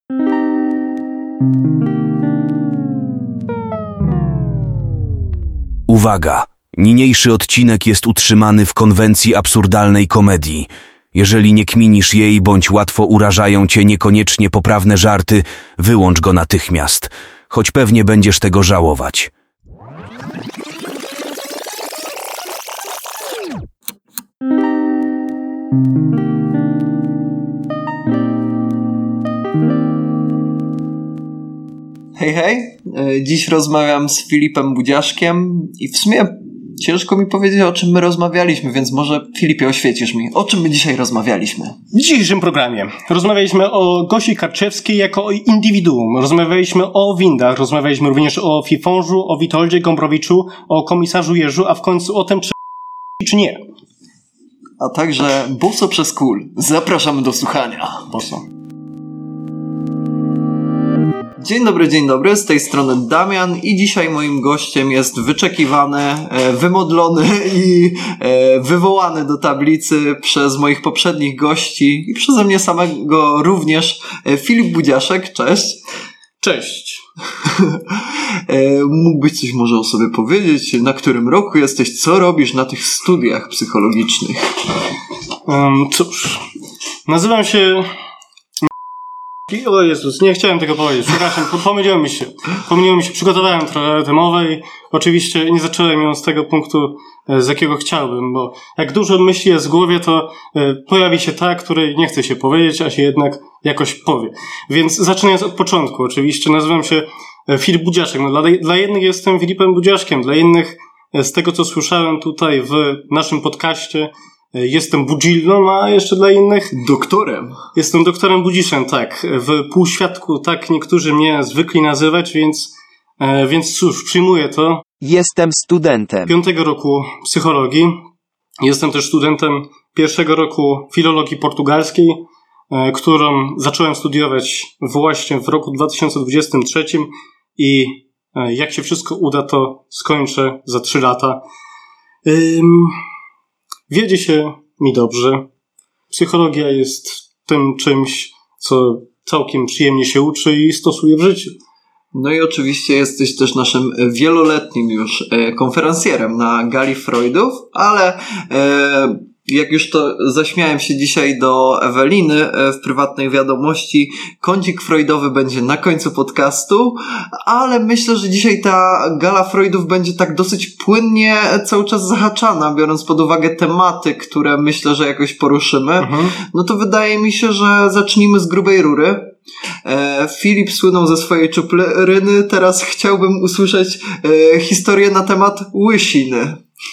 Uwaga! Niniejszy odcinek jest utrzymany w konwencji absurdalnej komedii. Jeżeli nie kminisz jej bądź łatwo urażają cię niekoniecznie poprawne żarty, wyłącz go natychmiast, choć pewnie będziesz tego żałować. Hej, hej. Dziś rozmawiam z Filipem Budziaszkiem i w sumie ciężko mi powiedzieć, o czym my rozmawialiśmy, więc może Filipie oświecisz mi, o czym my dzisiaj rozmawialiśmy? W dzisiejszym programie rozmawialiśmy o Gosi Karczewskiej jako o indywiduum, rozmawialiśmy o windach, rozmawialiśmy również o Fifonżu, o Witoldzie Gombrowiczu, o komisarzu Jeżu, a w końcu o tym, czy nie. A także boso przez kul. Zapraszamy do słuchania. Boso. Dzień dobry, z tej strony Damian i dzisiaj moim gościem jest wyczekiwany, wymodlony i wywołany do tablicy przez moich poprzednich gości i przeze mnie samego również Filip Budziaszek. Cześć. Cześć. Mógłbyś coś może o sobie powiedzieć? Na którym roku jesteś? Co robisz na tych studiach psychologicznych? Cóż, nazywam się... O Jezus, nie chciałem tego powiedzieć, przepraszam, pomyliłem mi się, przygotowałem trochę tę mowę i oczywiście nie zacząłem ją z tego punktu, z jakiego chciałbym, bo jak dużo myśli jest w głowie, to pojawi się ta, której nie chce się powiedzieć, a się jednak jakoś powie. Więc zaczynając od początku, oczywiście nazywam się Filip Budziaszek. No, dla jednych jestem Filipem Budziaszkiem, dla innych z tego, co słyszałem tutaj w naszym podcaście, jestem Budzillą, a jeszcze dla innych... Doktorem. Jestem doktorem Budziszem, tak. W półświadku tak niektórzy mnie zwykli nazywać, więc cóż, przyjmuję to. Jestem studentem 5. roku psychologii. Jestem też studentem 1. roku filologii portugalskiej, którą zacząłem studiować właśnie w roku 2023 i jak się wszystko uda, to skończę za 3 lata. Wiedzie się mi dobrze. Psychologia jest tym czymś, co całkiem przyjemnie się uczy i stosuje w życiu. No i oczywiście jesteś też naszym wieloletnim już konferencjerem na Gali Freudów, ale jak już to zaśmiałem się dzisiaj do Eweliny w prywatnej wiadomości, kącik freudowy będzie na końcu podcastu, ale myślę, że dzisiaj ta Gala Freudów będzie tak dosyć płynnie cały czas zahaczana, biorąc pod uwagę tematy, które myślę, że jakoś poruszymy. No to wydaje mi się, że zacznijmy z grubej rury. Filip słynął ze swojej czupryny, teraz chciałbym usłyszeć historię na temat łysiny.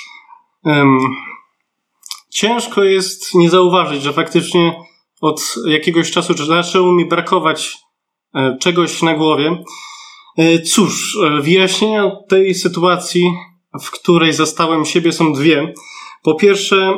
Ciężko jest nie zauważyć, że faktycznie od jakiegoś czasu zaczęło mi brakować czegoś na głowie. Cóż, wyjaśnienia tej sytuacji, w której zastałem siebie, są dwie. Po pierwsze,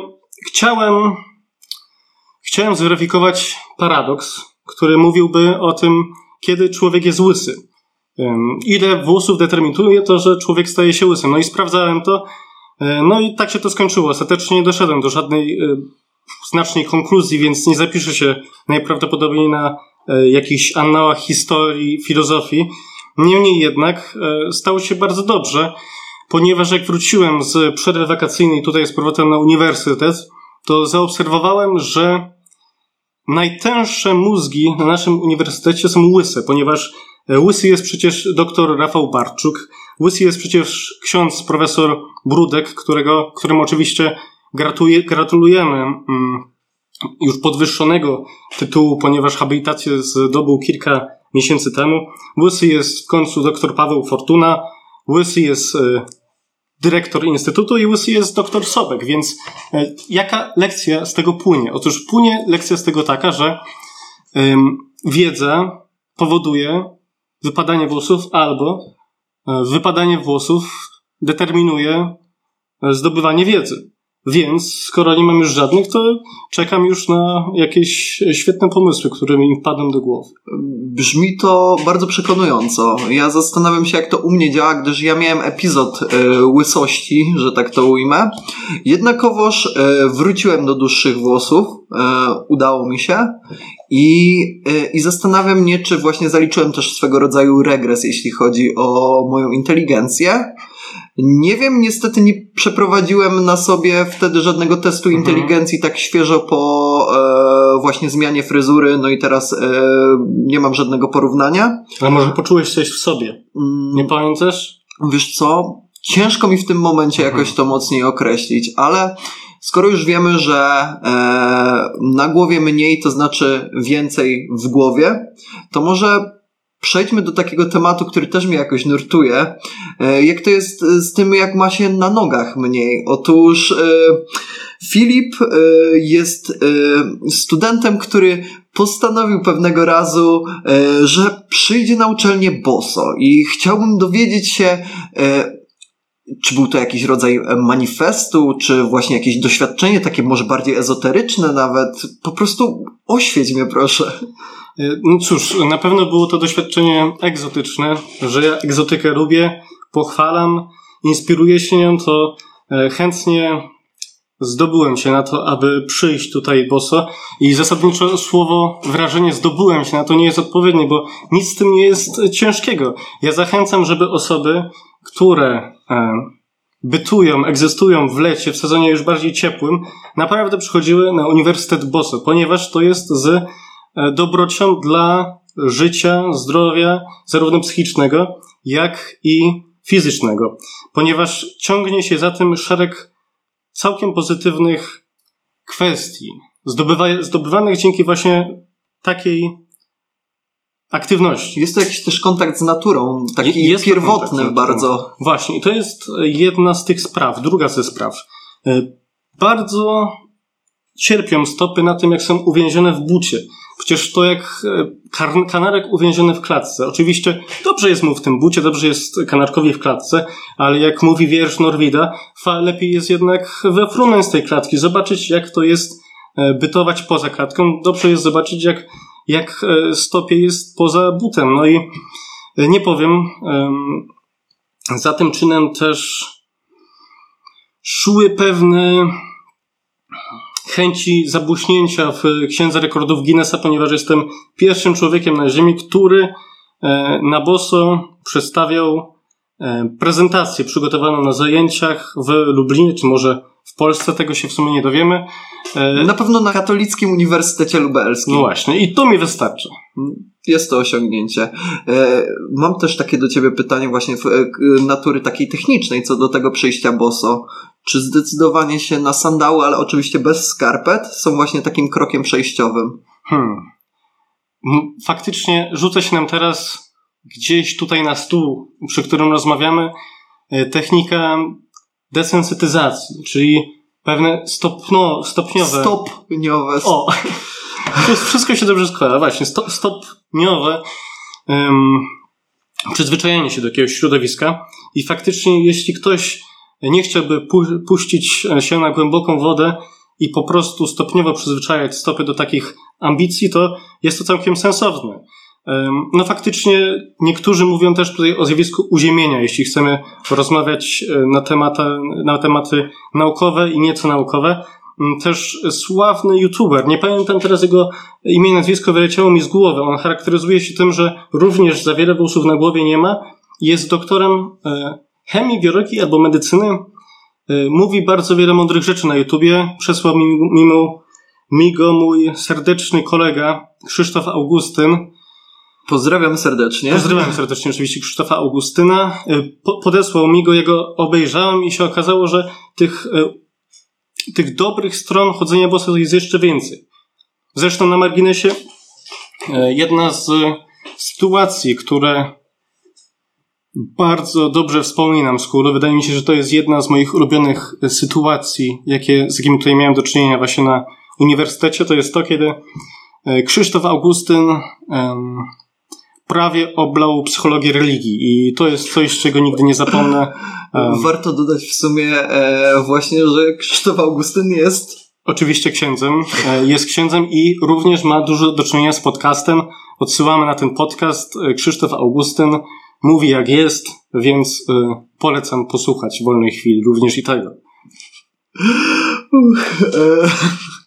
chciałem zweryfikować paradoks, który mówiłby o tym, kiedy człowiek jest łysy. Ile włosów determinuje to, że człowiek staje się łysym. No i sprawdzałem to. No i tak się to skończyło. Ostatecznie nie doszedłem do żadnej znacznej konkluzji, więc nie zapiszę się najprawdopodobniej na jakichś annałach historii, filozofii. Niemniej jednak stało się bardzo dobrze, ponieważ jak wróciłem z przerwy wakacyjnej tutaj z powrotem na uniwersytet, to zaobserwowałem, że najtęższe mózgi na naszym uniwersytecie są łyse, ponieważ łysy jest przecież dr Rafał Barczuk, łysy jest przecież ksiądz profesor Brudek, któremu oczywiście gratulujemy już podwyższonego tytułu, ponieważ habilitację zdobył kilka miesięcy temu. Łysy jest w końcu dr Paweł Fortuna, łysy jest dyrektor instytutu i łysy jest dr Sobek, więc jaka lekcja z tego płynie? Otóż płynie lekcja z tego taka, że wiedza powoduje wypadanie włosów albo wypadanie włosów determinuje zdobywanie wiedzy. Więc skoro nie mam już żadnych, to czekam już na jakieś świetne pomysły, które mi wpadną do głowy. Brzmi to bardzo przekonująco. Ja zastanawiam się, jak to u mnie działa, gdyż ja miałem epizod łysości, że tak to ujmę. Jednakowoż wróciłem do dłuższych włosów, udało mi się I zastanawiam mnie, czy właśnie zaliczyłem też swego rodzaju regres, jeśli chodzi o moją inteligencję. Nie wiem, niestety nie przeprowadziłem na sobie wtedy żadnego testu inteligencji tak świeżo po właśnie zmianie fryzury, no i teraz nie mam żadnego porównania. Ale może poczułeś coś w sobie? Nie pamiętasz? Wiesz co? Ciężko mi w tym momencie jakoś to mocniej określić, ale skoro już wiemy, że na głowie mniej to znaczy więcej w głowie, to może przejdźmy do takiego tematu, który też mnie jakoś nurtuje. Jak to jest z tym, jak ma się na nogach mniej? Otóż Filip jest studentem, który postanowił pewnego razu, że przyjdzie na uczelnię boso i chciałbym dowiedzieć się, czy był to jakiś rodzaj manifestu, czy właśnie jakieś doświadczenie, takie może bardziej ezoteryczne nawet. Po prostu oświeć mnie, proszę. No cóż, na pewno było to doświadczenie egzotyczne, że ja egzotykę lubię, pochwalam, inspiruję się nią, to chętnie zdobyłem się na to, aby przyjść tutaj boso i zasadniczo słowo, wrażenie zdobyłem się na to nie jest odpowiednie, bo nic z tym nie jest ciężkiego. Ja zachęcam, żeby osoby, które bytują, egzystują w lecie, w sezonie już bardziej ciepłym, naprawdę przychodziły na Uniwersytet boso, ponieważ to jest z dobrocią dla życia, zdrowia, zarówno psychicznego, jak i fizycznego, ponieważ ciągnie się za tym szereg całkiem pozytywnych kwestii, zdobywanych dzięki właśnie takiej aktywności. Jest to jakiś też kontakt z naturą, taki jest pierwotny bardzo. Właśnie, i to jest jedna z tych spraw, druga ze spraw. Bardzo cierpią stopy na tym, jak są uwięzione w bucie. Przecież to jak kanarek uwięziony w klatce. Oczywiście dobrze jest mu w tym bucie, dobrze jest kanarkowi w klatce, ale jak mówi wiersz Norwida, lepiej jest jednak wyfrunąć z tej klatki, zobaczyć jak to jest bytować poza klatką. Dobrze jest zobaczyć jak stopie jest poza butem. No i nie powiem, za tym czynem też szły pewne chęci zabłyśnięcia w Księdze Rekordów Guinnessa, ponieważ jestem pierwszym człowiekiem na Ziemi, który na boso przedstawiał prezentację przygotowaną na zajęciach w Lublinie, czy może w Polsce, tego się w sumie nie dowiemy. Na pewno na Katolickim Uniwersytecie Lubelskim. No właśnie, i to mi wystarczy. Jest to osiągnięcie. Mam też takie do ciebie pytanie właśnie natury takiej technicznej co do tego przejścia boso. Czy zdecydowanie się na sandały, ale oczywiście bez skarpet, są właśnie takim krokiem przejściowym? Faktycznie rzuca się nam teraz gdzieś tutaj na stół, przy którym rozmawiamy, technika desensytyzacji, czyli pewne stopniowe... Stopniowe. O! Wszystko się dobrze składa. Właśnie, stopniowe przyzwyczajenie się do jakiegoś środowiska i faktycznie jeśli ktoś nie chciałby puścić się na głęboką wodę i po prostu stopniowo przyzwyczajać stopy do takich ambicji, to jest to całkiem sensowne. No faktycznie niektórzy mówią też tutaj o zjawisku uziemienia, jeśli chcemy porozmawiać na tematy naukowe i nieco naukowe. Też sławny youtuber, nie pamiętam teraz jego imię i nazwisko, wyleciało mi z głowy. On charakteryzuje się tym, że również za wiele włosów na głowie nie ma. Jest doktorem chemii, biologii albo medycyny. Mówi bardzo wiele mądrych rzeczy na YouTubie. Przesłał mi go mój serdeczny kolega Krzysztof Augustyn. Pozdrawiam serdecznie. Pozdrawiam serdecznie oczywiście Krzysztofa Augustyna. Podesłał mi go, ja go obejrzałem i się okazało, że tych dobrych stron chodzenia boso jest jeszcze więcej. Zresztą na marginesie jedna z sytuacji, które bardzo dobrze wspominam z kulu, wydaje mi się, że to jest jedna z moich ulubionych sytuacji, z jakimi tutaj miałem do czynienia właśnie na uniwersytecie, to jest to, kiedy Krzysztof Augustyn prawie oblał psychologię religii i to jest coś, czego nigdy nie zapomnę. Warto dodać w sumie właśnie, że Krzysztof Augustyn jest oczywiście księdzem, jest księdzem i również ma dużo do czynienia z podcastem. Odsyłamy na ten podcast. Krzysztof Augustyn mówi jak jest, więc polecam posłuchać w wolnej chwili również i tego.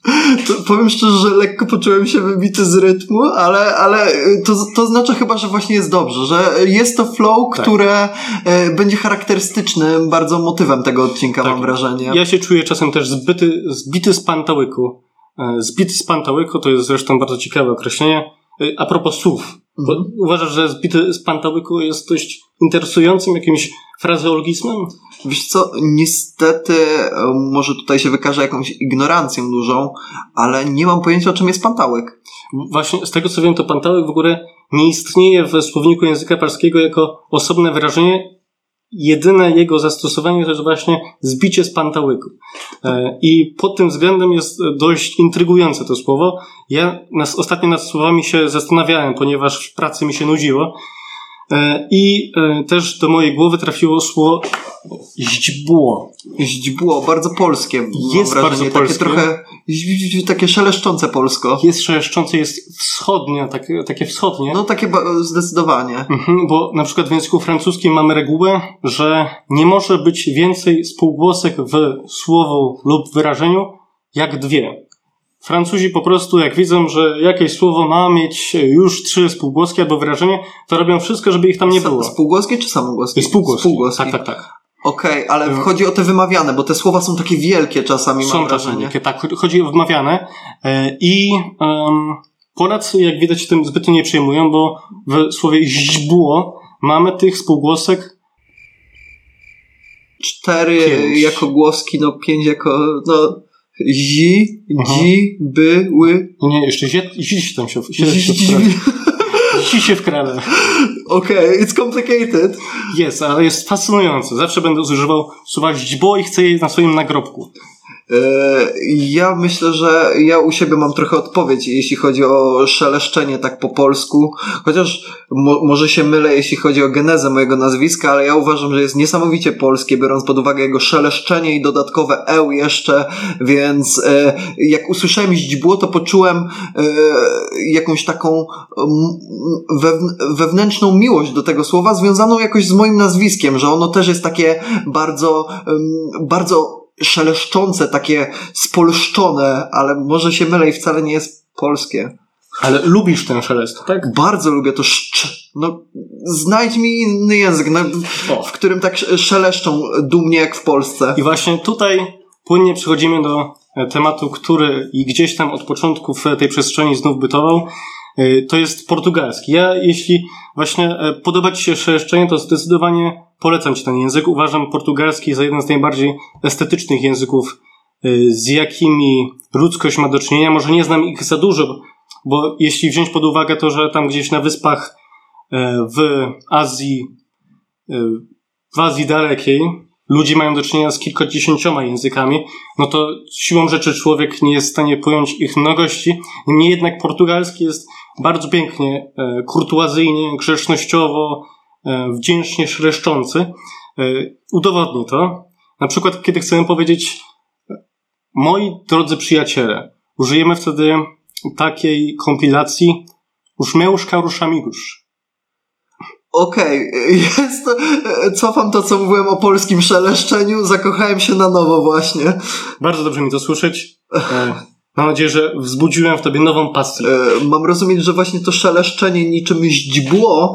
To powiem szczerze, że lekko poczułem się wybity z rytmu, ale to oznacza chyba, że właśnie jest dobrze, że jest to flow, tak, które będzie charakterystycznym bardzo motywem tego odcinka, tak, mam wrażenie. Ja się czuję czasem też zbity z pantałyku. Zbity z pantałyku to jest zresztą bardzo ciekawe określenie. A propos słów. Uważasz, że zbity z pantałyku jest dość interesującym jakimś frazeologizmem? Wiesz co, niestety może tutaj się wykaże jakąś ignorancją dużą, ale nie mam pojęcia, o czym jest pantałyk. Właśnie z tego co wiem, to pantałyk w ogóle nie istnieje w słowniku języka polskiego jako osobne wyrażenie. Jedyne jego zastosowanie to jest właśnie zbicie z pantałyku. I pod tym względem jest dość intrygujące to słowo. Ja ostatnio nad słowami się zastanawiałem, ponieważ w pracy mi się nudziło. I też do mojej głowy trafiło słowo źdźbło. Źdźbło, bardzo polskie. Jest bardzo polskie. Takie trochę, takie szeleszczące polsko. Jest szeleszczące, jest wschodnie, takie wschodnie. No takie zdecydowanie. Bo na przykład w języku francuskim mamy regułę, że nie może być więcej spółgłosek w słowu lub wyrażeniu jak dwie. Francuzi po prostu, jak widzą, że jakieś słowo ma mieć już 3 spółgłoski albo wyrażenie, to robią wszystko, żeby ich tam nie było. Spółgłoski czy samogłoski? Spółgłoski. Tak. Okej, ale chodzi o te wymawiane, bo te słowa są takie wielkie czasami, mam wrażenie. Wielkie, tak, chodzi o wymawiane. I Polacy, jak widać, tym zbytnio nie przejmują, bo w słowie źdźbło mamy tych spółgłosek 4 jako głoski, 5 jako... Zi, dzi, by, ły. Nie, jeszcze zi się tam się wkrada. Okej, it's complicated. Jest, ale jest fascynujące. Zawsze będę używał słowa źdźbło i chcę je na swoim nagrobku. Ja myślę, że ja u siebie mam trochę odpowiedź, jeśli chodzi o szeleszczenie tak po polsku, chociaż może się mylę, jeśli chodzi o genezę mojego nazwiska, ale ja uważam, że jest niesamowicie polskie, biorąc pod uwagę jego szeleszczenie i dodatkowe eł jeszcze, więc jak usłyszałem źdźbło, to poczułem jakąś taką wewnętrzną miłość do tego słowa, związaną jakoś z moim nazwiskiem, że ono też jest takie bardzo szeleszczące, takie spolszczone, ale może się mylę i wcale nie jest polskie. Ale lubisz ten szelest, tak? Bardzo lubię to znajdź mi inny język, w którym tak szeleszczą dumnie jak w Polsce. I właśnie tutaj płynnie przechodzimy do tematu, który i gdzieś tam od początku w tej przestrzeni znów bytował. To jest portugalski. Ja, jeśli właśnie podoba Ci się szeleszczenie, to zdecydowanie polecam Ci ten język. Uważam portugalski za jeden z najbardziej estetycznych języków, z jakimi ludzkość ma do czynienia. Może nie znam ich za dużo, bo jeśli wziąć pod uwagę to, że tam gdzieś na wyspach w Azji dalekiej ludzie mają do czynienia z kilkudziesięcioma językami, no to siłą rzeczy człowiek nie jest w stanie pojąć ich mnogości. Niemniej jednak portugalski jest bardzo pięknie, kurtuazyjnie, grzecznościowo, wdzięcznie szeleszczący. Udowodni to. Na przykład, kiedy chcemy powiedzieć moi drodzy przyjaciele, użyjemy wtedy takiej kompilacji Os meus caros amigos. Okej, cofam to, co mówiłem o polskim szeleszczeniu, zakochałem się na nowo właśnie. Bardzo dobrze mi to słyszeć. Mam nadzieję, że wzbudziłem w tobie nową pasję. Mam rozumieć, że właśnie to szeleszczenie niczym źdźbło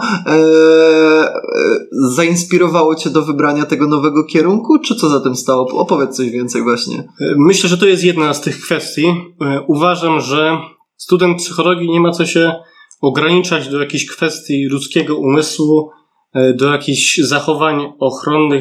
zainspirowało cię do wybrania tego nowego kierunku, czy co za tym stało? Opowiedz coś więcej właśnie. Myślę, że to jest jedna z tych kwestii. Uważam, że student psychologii nie ma co się ograniczać do jakichś kwestii ludzkiego umysłu, do jakichś zachowań ochronnych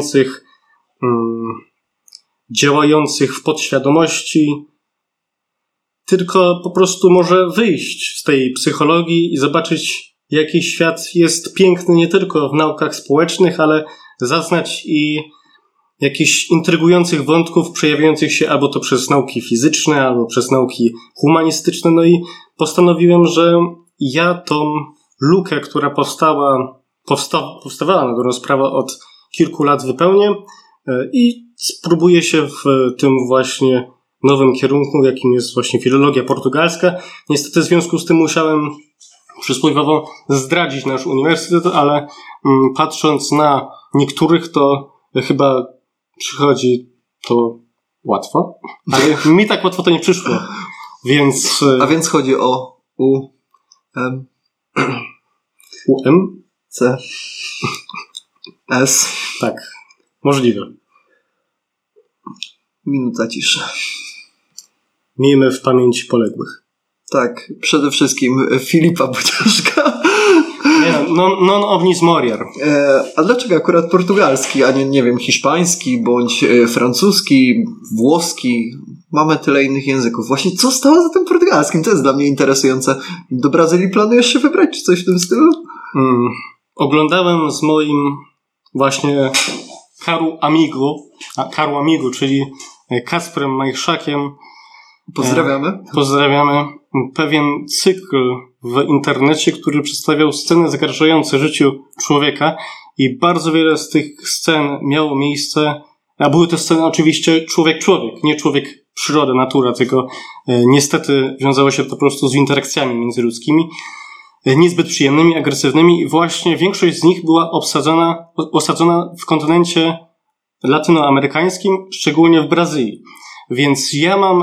działających w podświadomości, tylko po prostu może wyjść z tej psychologii i zobaczyć, jaki świat jest piękny nie tylko w naukach społecznych, ale zaznać i jakichś intrygujących wątków przejawiających się albo to przez nauki fizyczne, albo przez nauki humanistyczne. No i postanowiłem, że ja tą lukę, która powstawała na dobrą sprawę od kilku lat wypełnię i spróbuję się w tym właśnie nowym kierunku, jakim jest właśnie filologia portugalska. Niestety w związku z tym musiałem przysłowiowo zdradzić nasz uniwersytet, ale patrząc na niektórych, to chyba przychodzi to łatwo, ale mi tak łatwo to nie przyszło, więc... A więc chodzi o C. S. Tak, możliwe. Minuta ciszy. Miejmy w pamięci poległych. Tak, przede wszystkim Filipa Bociaszka. Non omnis moriar. A dlaczego akurat portugalski, a nie wiem, hiszpański, bądź francuski, włoski? Mamy tyle innych języków. Właśnie co stało za tym portugalskim? To jest dla mnie interesujące. Do Brazylii planujesz się wybrać, czy coś w tym stylu? Oglądałem z moim właśnie caro amigo, czyli Kacprem Majchrzakiem. Pozdrawiamy. Pewien cykl w internecie, który przedstawiał sceny zagrażające życiu człowieka i bardzo wiele z tych scen miało miejsce, a były to sceny oczywiście człowiek-człowiek, nie człowiek-przyroda, natura, tylko niestety wiązało się to po prostu z interakcjami międzyludzkimi, niezbyt przyjemnymi, agresywnymi i właśnie większość z nich była osadzona w kontynencie latynoamerykańskim, szczególnie w Brazylii. Więc ja mam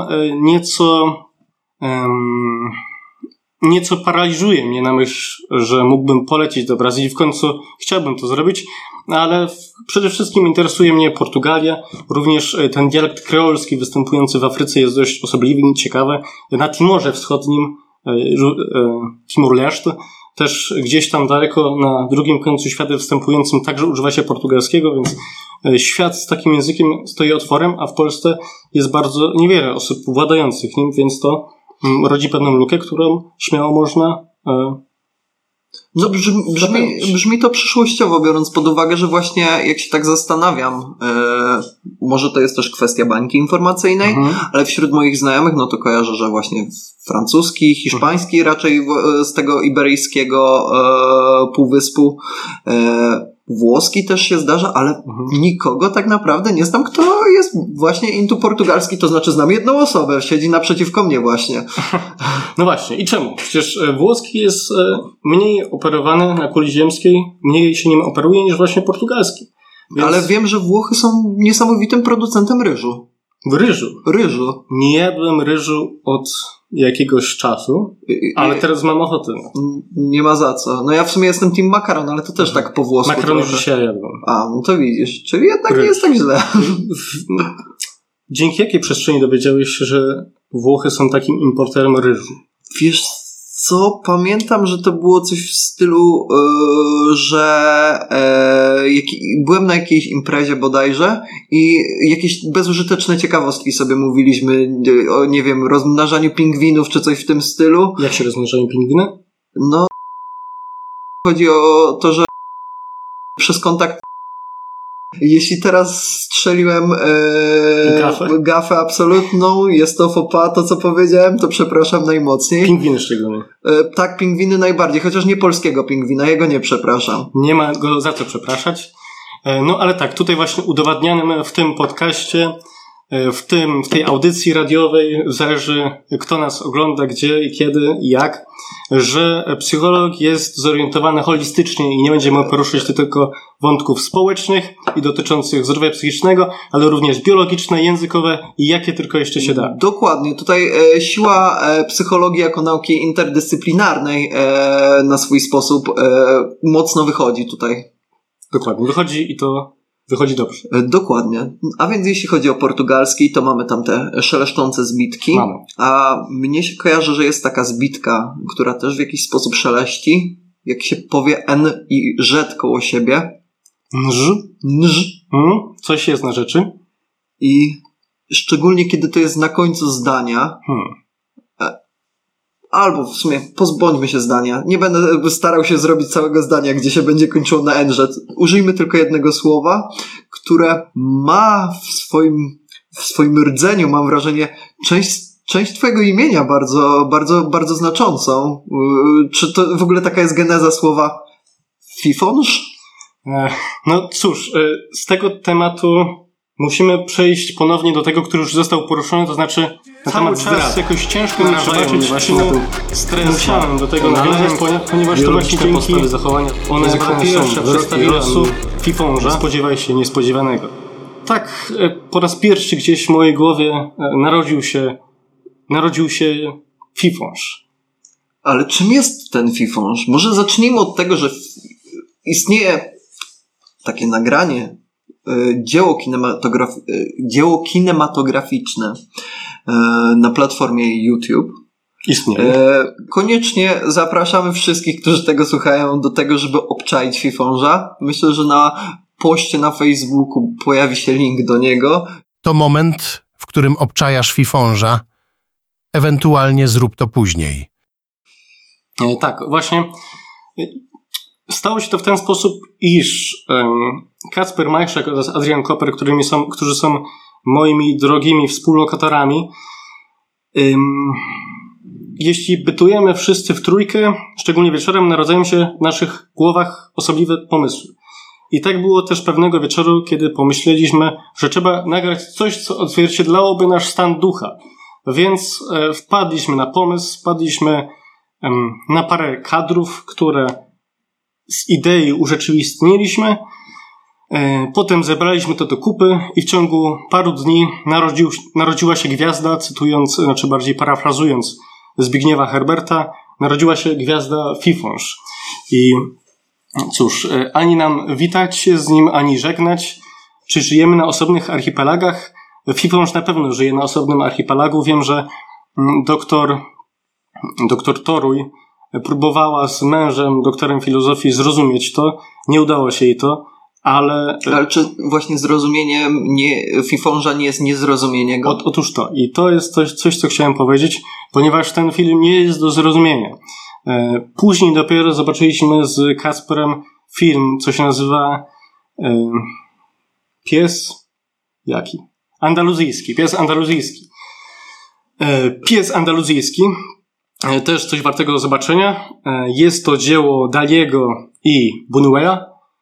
nieco paraliżuje mnie na myśl, że mógłbym polecieć do Brazylii. W końcu chciałbym to zrobić, ale przede wszystkim interesuje mnie Portugalia. Również ten dialekt kreolski występujący w Afryce jest dość osobliwy i ciekawy. Na Timorze Wschodnim, Timor-Leste, też gdzieś tam daleko na drugim końcu świata występującym także używa się portugalskiego, więc świat z takim językiem stoi otworem, a w Polsce jest bardzo niewiele osób władających nim, więc to rodzi pewną lukę, którą śmiało można no brzmi to przyszłościowo, biorąc pod uwagę, że właśnie jak się tak zastanawiam, może to jest też kwestia bańki informacyjnej, ale wśród moich znajomych no to kojarzę, że właśnie francuski, hiszpański raczej z tego iberyjskiego półwyspu, włoski też się zdarza, ale nikogo tak naprawdę nie znam, kto jest właśnie into portugalski, to znaczy znam jedną osobę, siedzi naprzeciwko mnie właśnie. No właśnie, i czemu? Przecież włoski jest mniej operowany na kuli ziemskiej, mniej się nim operuje niż właśnie portugalski. Więc... Ale wiem, że Włochy są niesamowitym producentem ryżu. Ryżu? Nie jadłem ryżu od jakiegoś czasu, ale teraz mam ochotę. Nie ma za co. No ja w sumie jestem team makaron, ale to też tak po włosku. Makaron już dzisiaj jadłem. A, no to widzisz. Czyli jednak nie jest tak źle. Dzięki jakiej przestrzeni dowiedziałeś się, że Włochy są takim importerem ryżu? Wiesz co? Pamiętam, że to było coś w stylu, że byłem na jakiejś imprezie bodajże i jakieś bezużyteczne ciekawostki sobie mówiliśmy o, nie wiem, rozmnażaniu pingwinów czy coś w tym stylu. Jak się rozmnażają pingwiny? No, chodzi o to, że przez kontakt jeśli teraz strzeliłem gafę absolutną, jest to faux pas, to co powiedziałem, to przepraszam najmocniej. Pingwiny szczególnie. Tak, pingwiny najbardziej, chociaż nie polskiego pingwina, jego nie przepraszam. Nie ma go za co przepraszać. No ale tak, tutaj właśnie udowadnianym w tym podcaście, w tej audycji radiowej, zależy kto nas ogląda, gdzie i kiedy i jak, że psycholog jest zorientowany holistycznie i nie będziemy poruszyć tylko wątków społecznych i dotyczących zdrowia psychicznego, ale również biologiczne, językowe i jakie tylko jeszcze się da. Dokładnie. Tutaj siła psychologii jako nauki interdyscyplinarnej na swój sposób mocno wychodzi tutaj. Dokładnie. Wychodzi i to wychodzi dobrze. Dokładnie. A więc jeśli chodzi o portugalski, to mamy tam te szeleszczące zbitki. Mamy. A mnie się kojarzy, że jest taka zbitka, która też w jakiś sposób szeleści. Jak się powie N i Z koło siebie. Nż. Coś jest na rzeczy. I szczególnie kiedy to jest na końcu zdania. Albo w sumie pozbądźmy się zdania. Nie będę starał się zrobić całego zdania, gdzie się będzie kończyło na NZ. Użyjmy tylko jednego słowa, które ma w swoim rdzeniu, mam wrażenie, część twojego imienia bardzo, bardzo, bardzo znaczącą. Czy to w ogóle taka jest geneza słowa fifonż? No cóż, z tego tematu musimy przejść ponownie do tego, który już został poruszony, to znaczy na temat zdrady. Jakoś ciężko mi przebaczyć właśnie na ten stres. Musiałem do tego nawiązać, ponieważ to właśnie dzięki zachowania one jako pierwsze przedstawiły losu fifonża. Spodziewaj się niespodziewanego. Tak, po raz pierwszy gdzieś w mojej głowie narodził się fifonż. Ale czym jest ten fifonż? Może zacznijmy od tego, że istnieje takie nagranie, dzieło kinematograficzne na platformie YouTube. Istnieje. Koniecznie zapraszamy wszystkich, którzy tego słuchają, do tego, żeby obczaić fifonża. Myślę, że na poście na Facebooku pojawi się link do niego. To moment, w którym obczajasz fifonża. Ewentualnie zrób to później. Tak, właśnie stało się to w ten sposób, iż Kacper Majszak oraz Adrian Koper, którzy są moimi drogimi współlokatorami, jeśli bytujemy wszyscy w trójkę, szczególnie wieczorem, narodzają się w naszych głowach osobliwe pomysły. I tak było też pewnego wieczoru, kiedy pomyśleliśmy, że trzeba nagrać coś, co odzwierciedlałoby nasz stan ducha. Więc wpadliśmy na pomysł, na parę kadrów, które z idei urzeczywistniliśmy. Potem zebraliśmy to do kupy i w ciągu paru dni narodziła się gwiazda, bardziej parafrazując Zbigniewa Herberta, narodziła się gwiazda fifonż. I cóż, ani nam witać się z nim, ani żegnać. Czy żyjemy na osobnych archipelagach? Fifonż na pewno żyje na osobnym archipelagu. Wiem, że doktor Toruj próbowała z mężem, doktorem filozofii, zrozumieć to. Nie udało się jej to, ale czy właśnie zrozumienie fifonża nie jest niezrozumienie go? Otóż to. I to jest coś, co chciałem powiedzieć, ponieważ ten film nie jest do zrozumienia. Później dopiero zobaczyliśmy z Kacperem film, co się nazywa Pies andaluzyjski. Też coś wartego zobaczenia. Jest to dzieło Daliego i Buñuela.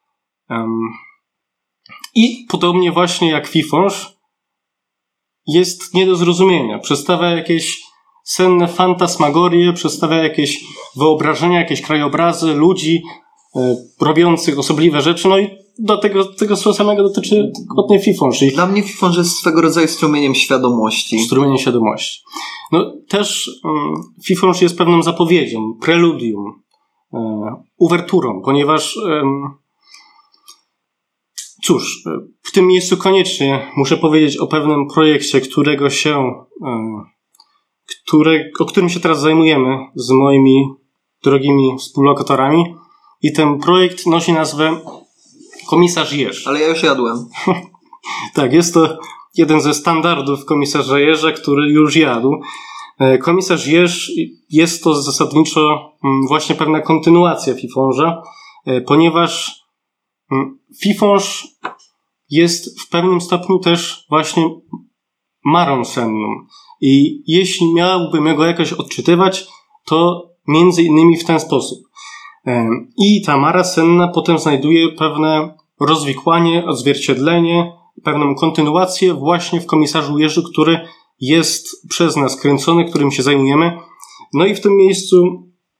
I podobnie właśnie jak fifonż jest nie do zrozumienia. Przedstawia jakieś senne fantasmagorie, przedstawia jakieś wyobrażenia, jakieś krajobrazy ludzi robiących osobliwe rzeczy. No i do tego samego dotyczy dokładnie fifonż. Dla mnie fifonż jest swego rodzaju strumieniem świadomości. No też fifonż jest pewną zapowiedzią, preludium, uwerturą, ponieważ cóż, w tym miejscu koniecznie muszę powiedzieć o pewnym projekcie, o którym się teraz zajmujemy z moimi drogimi współlokatorami. I ten projekt nosi nazwę Komisarz Jeż. Ale ja już jadłem. Tak, jest to jeden ze standardów Komisarza Jeża, który już jadł. Komisarz Jeż jest to zasadniczo właśnie pewna kontynuacja fifonża, ponieważ fifonż jest w pewnym stopniu też właśnie marą senną. I jeśli miałbym go jakoś odczytywać, to między innymi w ten sposób. I ta mara senna potem znajduje pewne rozwikłanie, odzwierciedlenie, pewną kontynuację właśnie w Komisarzu Jeży, który jest przez nas kręcony, którym się zajmujemy. No i w tym miejscu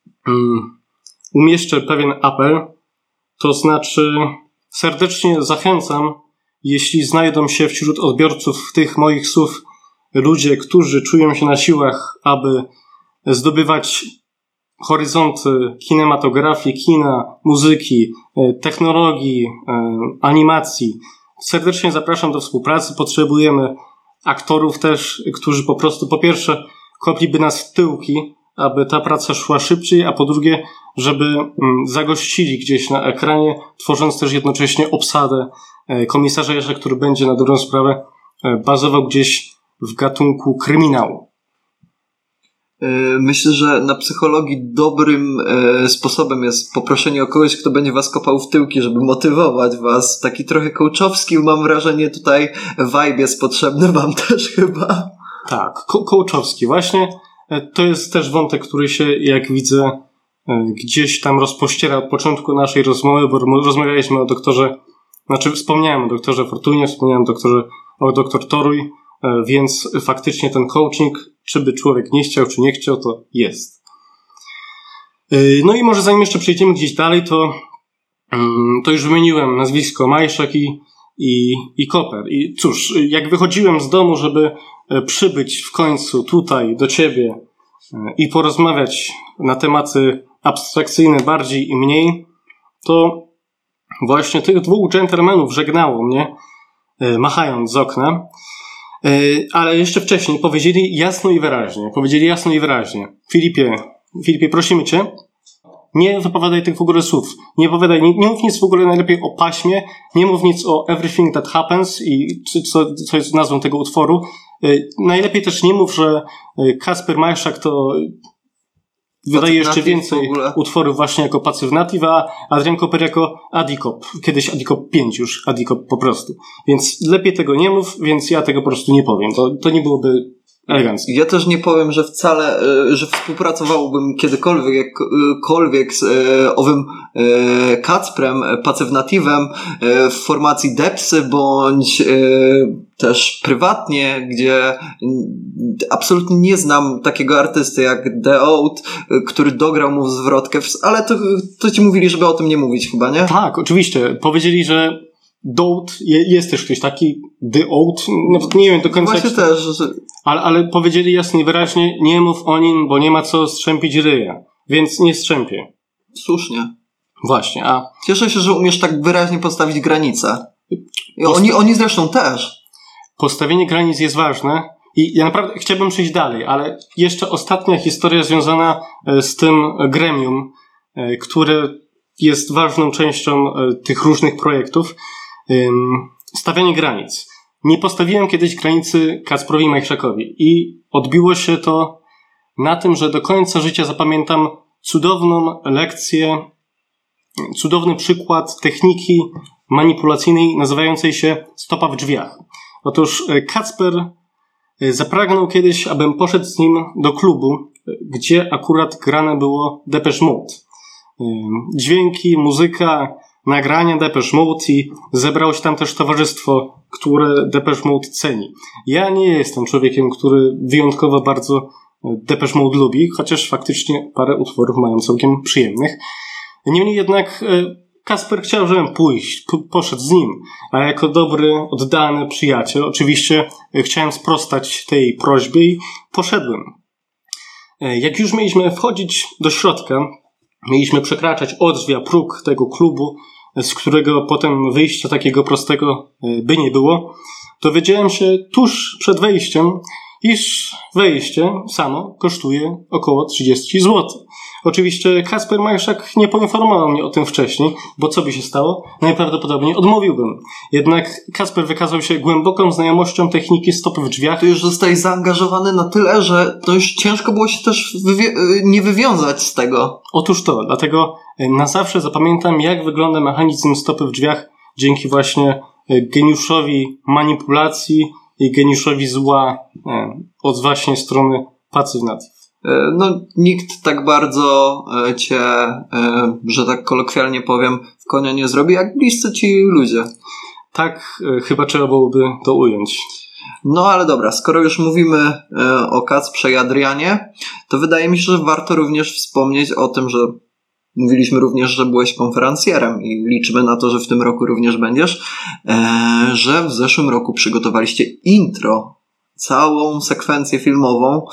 umieszczę pewien apel, to znaczy serdecznie zachęcam, jeśli znajdą się wśród odbiorców tych moich słów ludzie, którzy czują się na siłach, aby zdobywać horyzonty kinematografii, kina, muzyki, technologii, animacji. Serdecznie zapraszam do współpracy. Potrzebujemy aktorów też, którzy po prostu po pierwsze kopliby nas w tyłki, aby ta praca szła szybciej, a po drugie, żeby zagościli gdzieś na ekranie, tworząc też jednocześnie obsadę Komisarza Jeża, który będzie na dobrą sprawę bazował gdzieś w gatunku kryminału. Myślę, że na psychologii dobrym sposobem jest poproszenie o kogoś, kto będzie was kopał w tyłki, żeby motywować was. Taki trochę coachowski, mam wrażenie, tutaj vibe jest potrzebny wam też chyba. Tak, coachowski. Właśnie to jest też wątek, który się, jak widzę, gdzieś tam rozpościera od początku naszej rozmowy, bo rozmawialiśmy o doktorze, wspomniałem o doktorze Fortunie, wspomniałem o doktor Toruj, więc faktycznie ten coaching, czy by człowiek nie chciał, czy nie chciał, to jest. No i może zanim jeszcze przejdziemy gdzieś dalej, to już wymieniłem nazwisko Majszak i i Copper. I cóż, jak wychodziłem z domu, żeby przybyć w końcu tutaj do ciebie i porozmawiać na tematy abstrakcyjne bardziej i mniej, to właśnie tych dwóch dżentelmenów żegnało mnie, machając z okna, ale jeszcze wcześniej powiedzieli jasno i wyraźnie. Filipie, prosimy cię, nie wypowiadaj tych w ogóle słów. Nie mów nic w ogóle najlepiej o paśmie, nie mów nic o Everything That Happens i co jest nazwą tego utworu. Najlepiej też nie mów, że Kacper Majszak to wydaje jeszcze więcej utworów właśnie jako Pacywnativ, a Adrian Copper jako Adicop. Kiedyś Adicop 5 już, Adicop po prostu. Więc lepiej tego nie mów, więc ja tego po prostu nie powiem. To nie byłoby elegancko. Ja też nie powiem, że wcale, że współpracowałbym kiedykolwiek z owym Kacprem, Pacywnativem w formacji Depsy, bądź też prywatnie, gdzie absolutnie nie znam takiego artysty jak The Oat, który dograł mu zwrotkę, ale to ci mówili, żeby o tym nie mówić chyba, nie? Tak, oczywiście. Powiedzieli, że Doat, jest też ktoś taki, The Oat, nie wiem do końca. Właśnie też. Ale powiedzieli jasno i wyraźnie, nie mów o nim, bo nie ma co strzępić ryja. Więc nie strzępię. Słusznie. Właśnie, a... Cieszę się, że umiesz tak wyraźnie postawić granice. Oni zresztą też. Postawienie granic jest ważne i ja naprawdę chciałbym przejść dalej, ale jeszcze ostatnia historia związana z tym gremium, które jest ważną częścią tych różnych projektów. Stawianie granic. Nie postawiłem kiedyś granicy Kacprowi Majczakowi i odbiło się to na tym, że do końca życia zapamiętam cudowną lekcję, cudowny przykład techniki manipulacyjnej nazywającej się stopa w drzwiach. Otóż Kacper zapragnął kiedyś, abym poszedł z nim do klubu, gdzie akurat grane było Depeche Mode. Dźwięki, muzyka, nagrania Depeche Mode i zebrało się tam też towarzystwo, które Depeche Mode ceni. Ja nie jestem człowiekiem, który wyjątkowo bardzo Depeche Mode lubi, chociaż faktycznie parę utworów mają całkiem przyjemnych. Niemniej jednak Kacper chciał, żebym poszedł z nim, a jako dobry, oddany przyjaciel oczywiście chciałem sprostać tej prośbie i poszedłem. Jak już mieliśmy wchodzić do środka, mieliśmy przekraczać od drzwi próg tego klubu, z którego potem wyjścia takiego prostego by nie było, dowiedziałem się tuż przed wejściem, iż wejście samo kosztuje około 30 zł. Oczywiście Kacper Majszak nie poinformował mnie o tym wcześniej, bo co by się stało? Najprawdopodobniej odmówiłbym. Jednak Kacper wykazał się głęboką znajomością techniki stopy w drzwiach. Ty już zostałeś zaangażowany na tyle, że to już ciężko było się też nie wywiązać z tego. Otóż to, dlatego na zawsze zapamiętam, jak wygląda mechanizm stopy w drzwiach dzięki właśnie geniuszowi manipulacji i geniuszowi zła od właśnie strony Pacywnativ. No, nikt tak bardzo cię, że tak kolokwialnie powiem, w konia nie zrobi, jak bliscy ci ludzie. Tak, chyba trzeba byłoby to ująć. No ale dobra, skoro już mówimy o Kacprze i Adrianie, to wydaje mi się, że warto również wspomnieć o tym, że mówiliśmy również, że byłeś konferencjerem i liczymy na to, że w tym roku również będziesz, że w zeszłym roku przygotowaliście intro, całą sekwencję filmową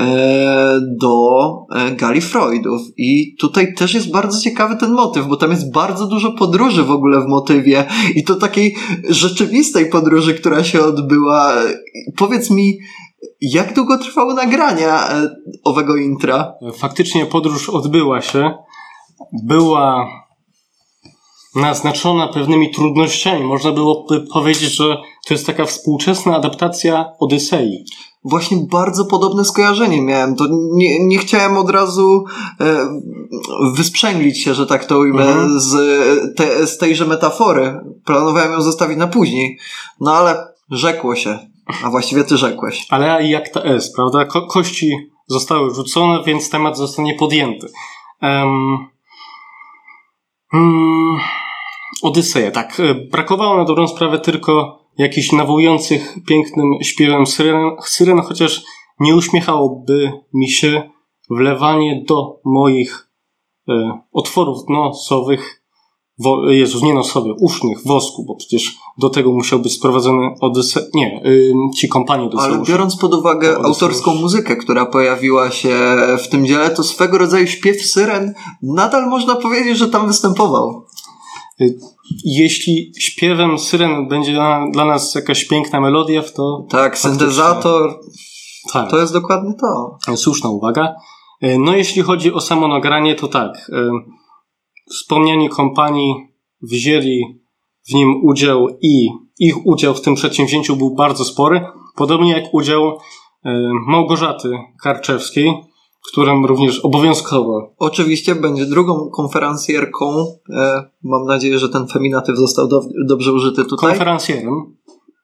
do Gali Freudów. I tutaj też jest bardzo ciekawy ten motyw, bo tam jest bardzo dużo podróży w ogóle w motywie i to takiej rzeczywistej podróży, która się odbyła. Powiedz mi, jak długo trwały nagrania owego intra? Faktycznie podróż odbyła się. Była naznaczona pewnymi trudnościami. Można byłoby powiedzieć, że to jest taka współczesna adaptacja Odysei. Właśnie bardzo podobne skojarzenie miałem. To nie chciałem od razu wysprzęglić się, że tak to ujmę, z tejże metafory. Planowałem ją zostawić na później. No ale rzekło się. A właściwie ty rzekłeś. Ale jak to jest, prawda? Kości zostały rzucone, więc temat zostanie podjęty. Odyseja, tak. Brakowało na dobrą sprawę tylko jakichś nawołujących pięknym śpiewem syren, chociaż nie uśmiechałoby mi się wlewanie do moich otworów nosowych usznych, wosku, bo przecież do tego musiał być sprowadzony ci kompanii Odyseusz. Ale biorąc pod uwagę autorską muzykę, która pojawiła się w tym dziele, to swego rodzaju śpiew syren nadal można powiedzieć, że tam występował. Jeśli śpiewem syren będzie dla nas jakaś piękna melodia, to... Tak, syntezator. Tak. To jest dokładnie to. Słuszna uwaga. No jeśli chodzi o samo nagranie, to tak. Wspomniani kompanii wzięli w nim udział i ich udział w tym przedsięwzięciu był bardzo spory. Podobnie jak udział Małgorzaty Karczewskiej, którym również obowiązkowo. Oczywiście będzie drugą konferencjerką. Mam nadzieję, że ten feminatyw został dobrze użyty tutaj. Konferencjerem.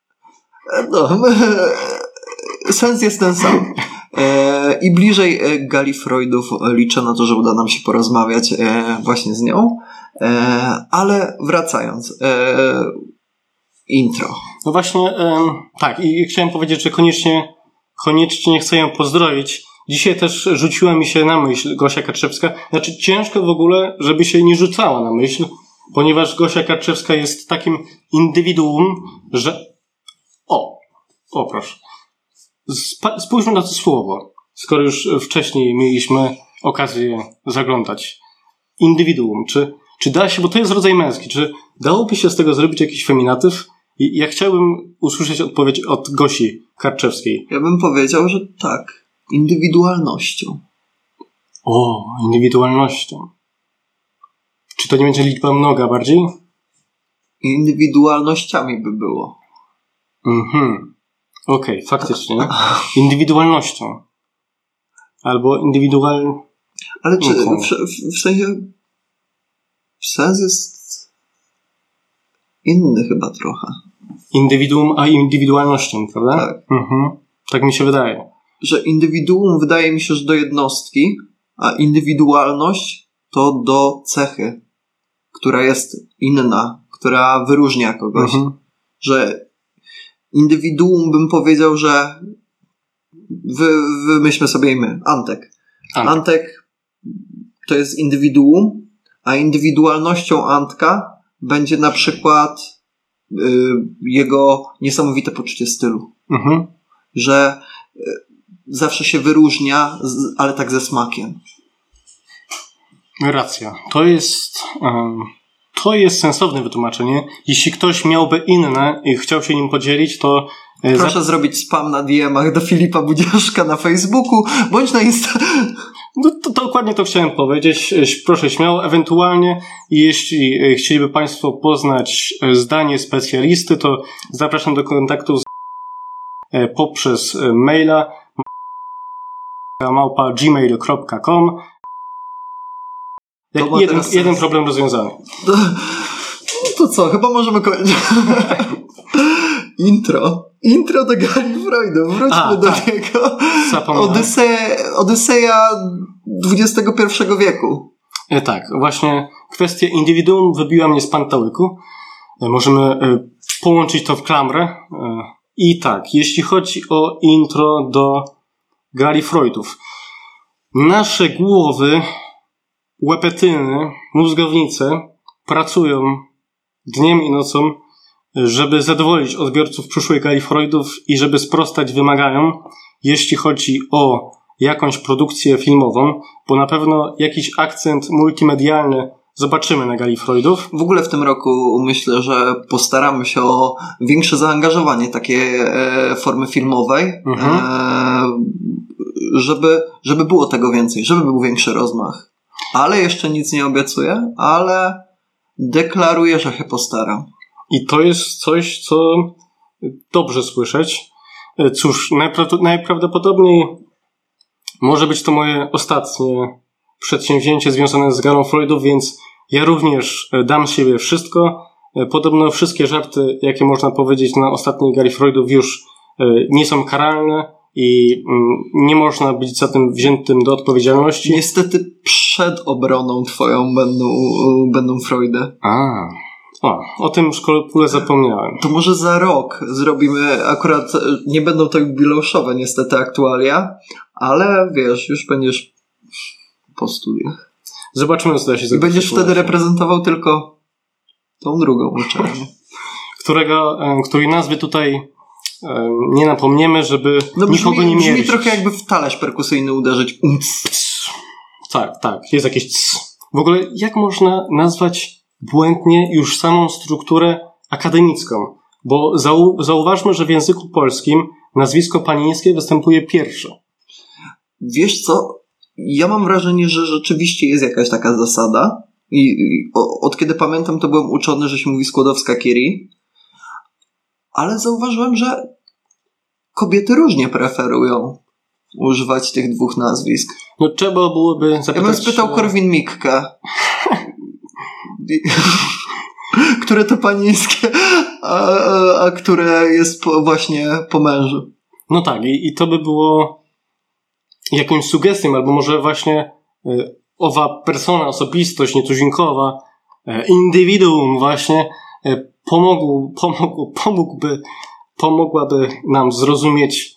Sens jest ten sam. I bliżej Gali Freudów liczę na to, że uda nam się porozmawiać właśnie z nią. Ale wracając. Intro. No właśnie, tak. I chciałem powiedzieć, że koniecznie chcę ją pozdrowić. Dzisiaj też rzuciła mi się na myśl Gosia Karczewska. Znaczy ciężko w ogóle, żeby się nie rzucała na myśl, ponieważ Gosia Karczewska jest takim indywiduum, że... O, proszę. Spójrzmy na to słowo, skoro już wcześniej mieliśmy okazję zaglądać. Indywiduum. Czy da się, bo to jest rodzaj męski, czy dałoby się z tego zrobić jakiś feminatyw? I ja chciałbym usłyszeć odpowiedź od Gosi Karczewskiej. Ja bym powiedział, że tak. Indywidualnością. O, indywidualnością. Czy to nie będzie liczba mnoga bardziej? Indywidualnościami by było. Okej, faktycznie. Indywidualnością. Albo Ale czy w sensie sens jest inny chyba trochę. Indywiduum, a indywidualnością, prawda? Tak. Tak mi się wydaje. Że indywiduum wydaje mi się, że do jednostki, a indywidualność to do cechy, która jest inna, która wyróżnia kogoś. Że indywiduum bym powiedział, że wymyślmy sobie imię. Antek. Antek to jest indywiduum, a indywidualnością Antka będzie na przykład jego niesamowite poczucie stylu. Że zawsze się wyróżnia, ale tak ze smakiem. Racja. To jest sensowne wytłumaczenie. Jeśli ktoś miałby inne i chciał się nim podzielić, to... Proszę zrobić spam na DM-ach do Filipa Budziaszka na Facebooku, bądź na Insta... No to dokładnie to chciałem powiedzieć. Proszę śmiało. Ewentualnie, jeśli chcieliby Państwo poznać zdanie specjalisty, to zapraszam do kontaktu poprzez maila @gmail.com. Jeden problem rozwiązany. To co? Chyba możemy kończyć. Intro do Gali Freudu. Wróćmy do niego. Odyseja XXI wieku. Tak, właśnie kwestia indywiduum wybiła mnie z pantałyku. Możemy połączyć to w klamrę. I tak, jeśli chodzi o intro do Gali Freudów. Nasze głowy, łepetyny, mózgownice pracują dniem i nocą, żeby zadowolić odbiorców przyszłej Gali Freudów i żeby sprostać wymaganiom, jeśli chodzi o jakąś produkcję filmową, bo na pewno jakiś akcent multimedialny zobaczymy na Gali Freudów. W ogóle w tym roku myślę, że postaramy się o większe zaangażowanie takiej formy filmowej, żeby było tego więcej, żeby był większy rozmach. Ale jeszcze nic nie obiecuję, ale deklaruję, że się postaram. I to jest coś, co dobrze słyszeć. Cóż, najprawdopodobniej może być to moje ostatnie przedsięwzięcie związane z Galą Freudów, więc ja również dam z siebie wszystko. Podobno wszystkie żarty, jakie można powiedzieć na ostatniej Gali Freudów, już nie są karalne i nie można być za tym wziętym do odpowiedzialności. Niestety przed obroną twoją będą Freudy. O tym w szkole zapomniałem. To może za rok zrobimy, akurat nie będą to jubileuszowe niestety aktualia, ale wiesz, już będziesz po studiach. Zobaczymy, co da się zrobić. I będziesz wtedy reprezentował tylko tą drugą uczelnię. Której nazwy tutaj nie napomniemy, żeby nikogo nie mierzyć. Brzmi trochę jakby w talerz perkusyjny uderzyć. Tak, jest jakieś W ogóle jak można nazwać błędnie już samą strukturę akademicką? Bo zauważmy, że w języku polskim nazwisko panieńskie występuje pierwsze. Wiesz co? Ja mam wrażenie, że rzeczywiście jest jakaś taka zasada i od kiedy pamiętam, to byłem uczony, że się mówi Skłodowska-Curie, ale zauważyłem, że kobiety różnie preferują używać tych dwóch nazwisk. No trzeba byłoby zapytać... Ja bym spytał Korwin-Mikke. Które to panieńskie, a które jest właśnie po mężu. No tak, i to by było jakąś sugestią, albo może właśnie owa persona, osobistość nietuzinkowa, indywiduum właśnie pomogłaby nam zrozumieć,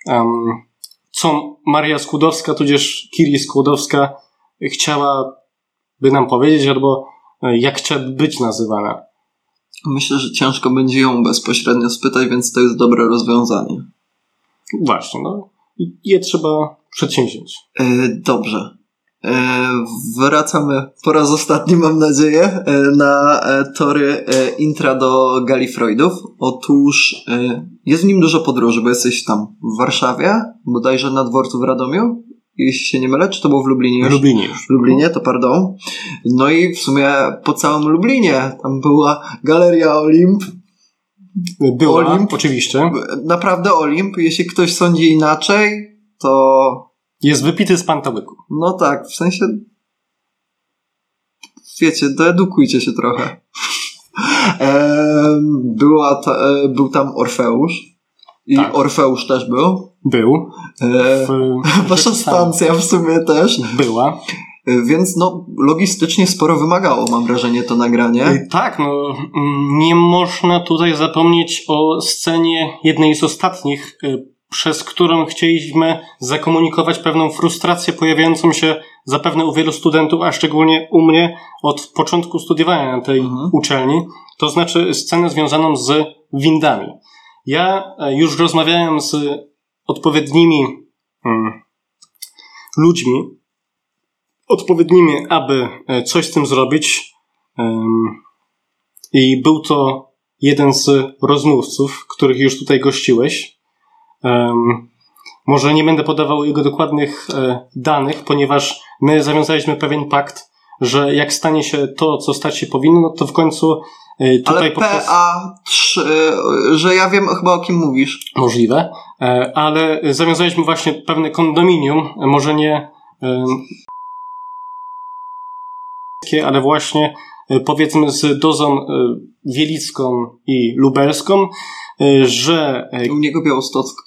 co Maria Skłodowska, tudzież Curie Skłodowska chciałaby nam powiedzieć, albo jak chciałaby być nazywana. Myślę, że ciężko będzie ją bezpośrednio spytać, więc to jest dobre rozwiązanie. Właśnie, no. I je trzeba przedsięwziąć. Dobrze. Wracamy po raz ostatni, mam nadzieję, na tory intra do Gali Freudów. Otóż jest w nim dużo podróży, bo jesteś tam w Warszawie, bodajże na dworcu w Radomiu, jeśli się nie mylę, czy to było w Lublinie już? W Lublinie, to pardon. No i w sumie po całym Lublinie tam była Galeria Olimp. Była, Olimp. Oczywiście. Naprawdę Olimp. Jeśli ktoś sądzi inaczej, to... Jest wypity z pantałyku. No tak, w sensie... Wiecie, doedukujcie się trochę. Był tam Orfeusz. I tak. Orfeusz też był. Był. Wasza stancja w sumie też. Była. Więc no logistycznie sporo wymagało, mam wrażenie, to nagranie. Tak, no nie można tutaj zapomnieć o scenie jednej z ostatnich, przez którą chcieliśmy zakomunikować pewną frustrację pojawiającą się zapewne u wielu studentów, a szczególnie u mnie od początku studiowania na tej uczelni. To znaczy scenę związaną z windami. Ja już rozmawiałem z odpowiednimi ludźmi, odpowiednimi, aby coś z tym zrobić. I był to jeden z rozmówców, których już tutaj gościłeś. Może nie będę podawał jego dokładnych danych, ponieważ my zawiązaliśmy pewien pakt, że jak stanie się to, co stać się powinno, no to w końcu tutaj ale PA3, że ja wiem chyba o kim mówisz. Możliwe, ale zawiązaliśmy właśnie pewne kondominium, może nie ale właśnie powiedzmy z dozą wielicką i lubelską, że... U niego białostocka.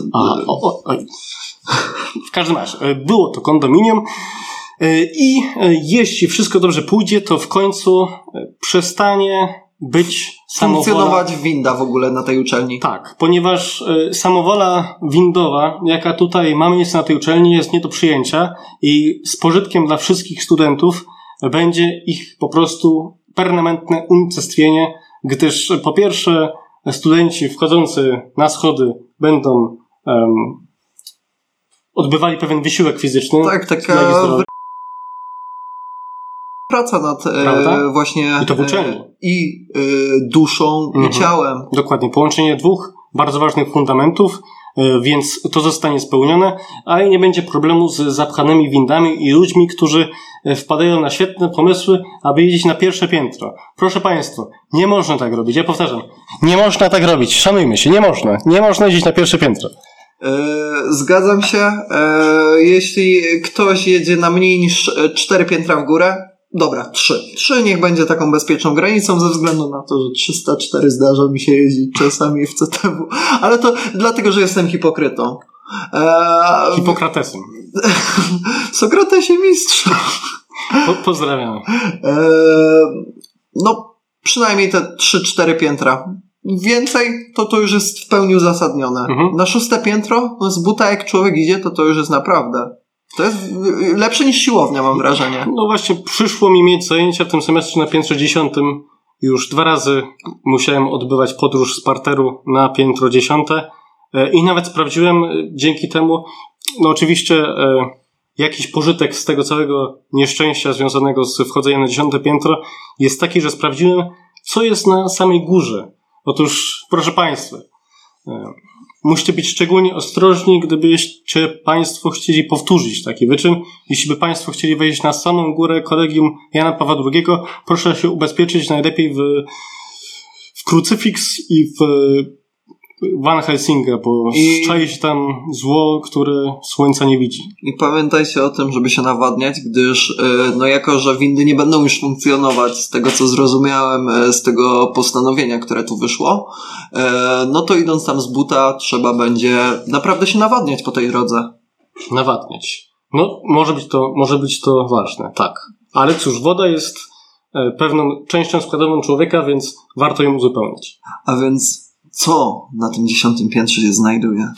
W każdym razie, było to kondominium i jeśli wszystko dobrze pójdzie, to w końcu przestanie być funkcjonować winda w ogóle na tej uczelni. Tak, ponieważ samowola windowa, jaka tutaj mamy jest na tej uczelni, jest nie do przyjęcia i z pożytkiem dla wszystkich studentów będzie ich po prostu permanentne unicestwienie, gdyż po pierwsze studenci wchodzący na schody będą odbywali pewien wysiłek fizyczny. Tak, taka praca nad właśnie i to w uczelni. I duszą i ciałem. Dokładnie, połączenie dwóch bardzo ważnych fundamentów, więc to zostanie spełnione, a i nie będzie problemu z zapchanymi windami i ludźmi, którzy wpadają na świetne pomysły, aby jeździć na pierwsze piętro. Proszę Państwa, nie można tak robić. Ja powtarzam, nie można tak robić. Szanujmy się, nie można. Nie można jeździć na pierwsze piętro. Zgadzam się. Jeśli ktoś jedzie na mniej niż 4 piętra w górę, dobra, 3. 3 niech będzie taką bezpieczną granicą ze względu na to, że 304 zdarza mi się jeździć czasami w CTW. Ale to dlatego, że jestem hipokrytą. Hipokratesem. Sokratesie mistrzu. Pozdrawiam. No, przynajmniej te 3-4 piętra. Więcej to już jest w pełni uzasadnione. Na 6 piętro z buta jak człowiek idzie, to już jest naprawdę. To jest lepsze niż siłownia, mam wrażenie. No właśnie, przyszło mi mieć zajęcia w tym semestrze na piętrze 10 Już 2 razy musiałem odbywać podróż z parteru na piętro 10. I nawet sprawdziłem dzięki temu, no oczywiście jakiś pożytek z tego całego nieszczęścia związanego z wchodzeniem na 10. piętro jest taki, że sprawdziłem, co jest na samej górze. Otóż, proszę Państwa, musicie być szczególnie ostrożni, gdybyście Państwo chcieli powtórzyć taki wyczyn. Jeśli by Państwo chcieli wejść na samą górę Kolegium Jana Pawła II, proszę się ubezpieczyć najlepiej w krucyfiks i w Van Helsinga, bo czai się tam zło, które słońca nie widzi. I pamiętajcie o tym, żeby się nawadniać, gdyż jako, że windy nie będą już funkcjonować z tego, co zrozumiałem, z tego postanowienia, które tu wyszło, no to idąc tam z buta trzeba będzie naprawdę się nawadniać po tej drodze. Nawadniać. No, może być to ważne, tak. Ale cóż, woda jest pewną częścią składową człowieka, więc warto ją uzupełnić. A więc co na tym 10. piętrze się znajduje?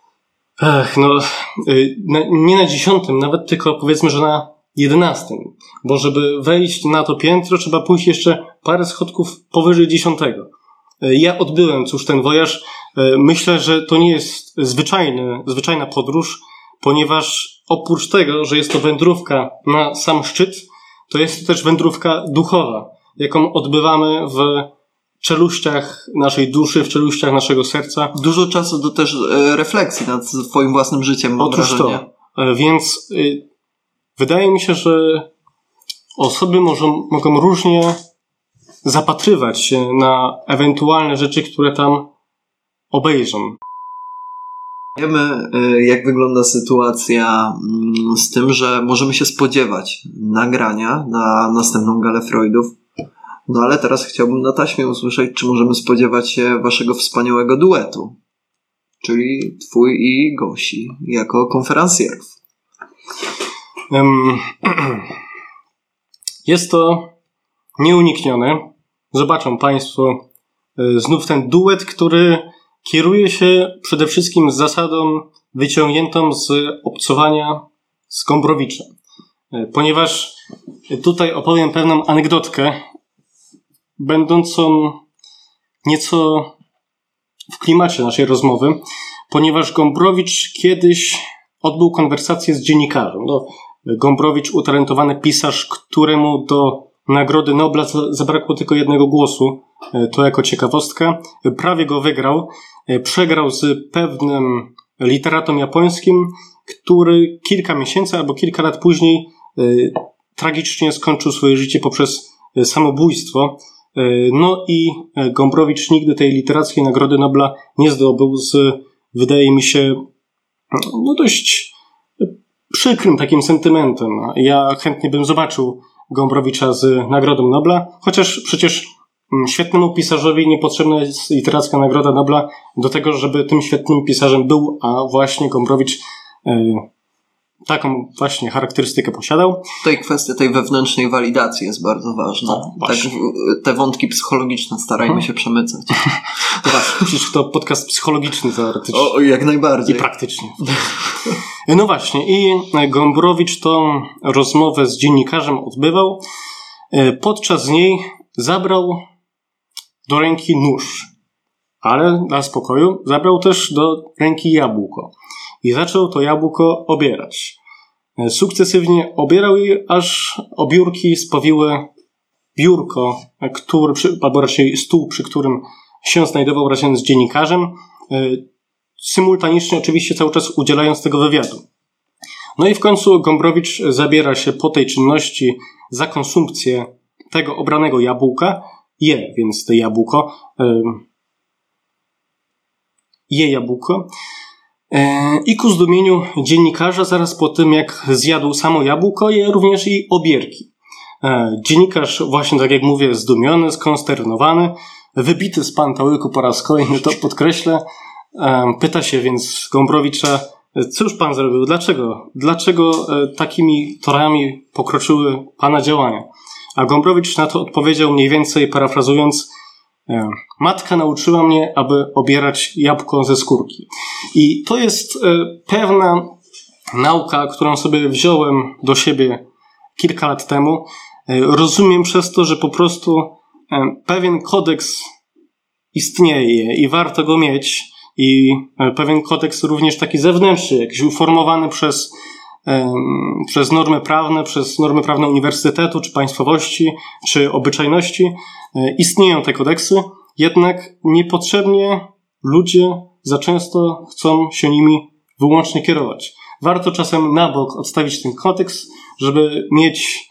Nie na 10, nawet tylko powiedzmy, że na 11. Bo żeby wejść na to piętro, trzeba pójść jeszcze parę schodków powyżej 10. Ja odbyłem, ten wojaż. Myślę, że to nie jest zwyczajna podróż, ponieważ oprócz tego, że jest to wędrówka na sam szczyt, to jest to też wędrówka duchowa, jaką odbywamy w czeluściach naszej duszy, w czeluściach naszego serca. Dużo czasu do też refleksji nad swoim własnym życiem, mam wrażenie. Więc wydaje mi się, że osoby mogą różnie zapatrywać się na ewentualne rzeczy, które tam obejrzą. Wiemy, jak wygląda sytuacja z tym, że możemy się spodziewać nagrania na następną galę Freudów. No ale teraz chciałbym na taśmie usłyszeć, czy możemy spodziewać się waszego wspaniałego duetu, czyli twój i Gosi, jako konferencjerów. Jest to nieuniknione. Zobaczą Państwo znów ten duet, który kieruje się przede wszystkim zasadą wyciągniętą z obcowania z Gombrowiczem. Ponieważ tutaj opowiem pewną anegdotkę, będącą nieco w klimacie naszej rozmowy, ponieważ Gombrowicz kiedyś odbył konwersację z dziennikarzem. Gombrowicz, utalentowany pisarz, któremu do Nagrody Nobla zabrakło tylko 1 głosu, to jako ciekawostka, prawie go wygrał. Przegrał z pewnym literatą japońskim, który kilka miesięcy albo kilka lat później tragicznie skończył swoje życie poprzez samobójstwo. No i Gombrowicz nigdy tej literackiej Nagrody Nobla nie zdobył wydaje mi się, dość przykrym takim sentymentem. Ja chętnie bym zobaczył Gombrowicza z Nagrodą Nobla, chociaż przecież świetnemu pisarzowi niepotrzebna jest literacka Nagroda Nobla do tego, żeby tym świetnym pisarzem był, a właśnie Gombrowicz taką właśnie charakterystykę posiadał. Tutaj kwestia tej wewnętrznej walidacji jest bardzo ważna. Tak, te wątki psychologiczne starajmy się przemycać. To przecież to podcast psychologiczny teoretycznie. O, jak najbardziej. I praktycznie. No właśnie, i Gombrowicz tą rozmowę z dziennikarzem odbywał. Podczas niej zabrał do ręki nóż, ale dla spokoju zabrał też do ręki jabłko i zaczął to jabłko obierać. Sukcesywnie obierał je, aż obiórki spowiły biurko, albo raczej stół, przy którym się znajdował razem z dziennikarzem, symultanicznie oczywiście cały czas udzielając tego wywiadu. No i w końcu Gombrowicz zabiera się po tej czynności za konsumpcję tego obranego jabłka, więc to jabłko, i ku zdumieniu dziennikarza zaraz po tym, jak zjadł samo jabłko, je również i obierki. Dziennikarz właśnie, tak jak mówię, zdumiony, skonsternowany, wybity z pantałyku po raz kolejny, to podkreślę, pyta się więc Gombrowicza, cóż pan zrobił, dlaczego takimi torami pokroczyły pana działania? A Gombrowicz na to odpowiedział mniej więcej, parafrazując, matka nauczyła mnie, aby obierać jabłko ze skórki. I to jest pewna nauka, którą sobie wziąłem do siebie kilka lat temu. Rozumiem przez to, że po prostu pewien kodeks istnieje i warto go mieć, i pewien kodeks również taki zewnętrzny, jakiś uformowany przez normy prawne uniwersytetu, czy państwowości, czy obyczajności. Istnieją te kodeksy, jednak niepotrzebnie ludzie za często chcą się nimi wyłącznie kierować. Warto czasem na bok odstawić ten kodeks, żeby mieć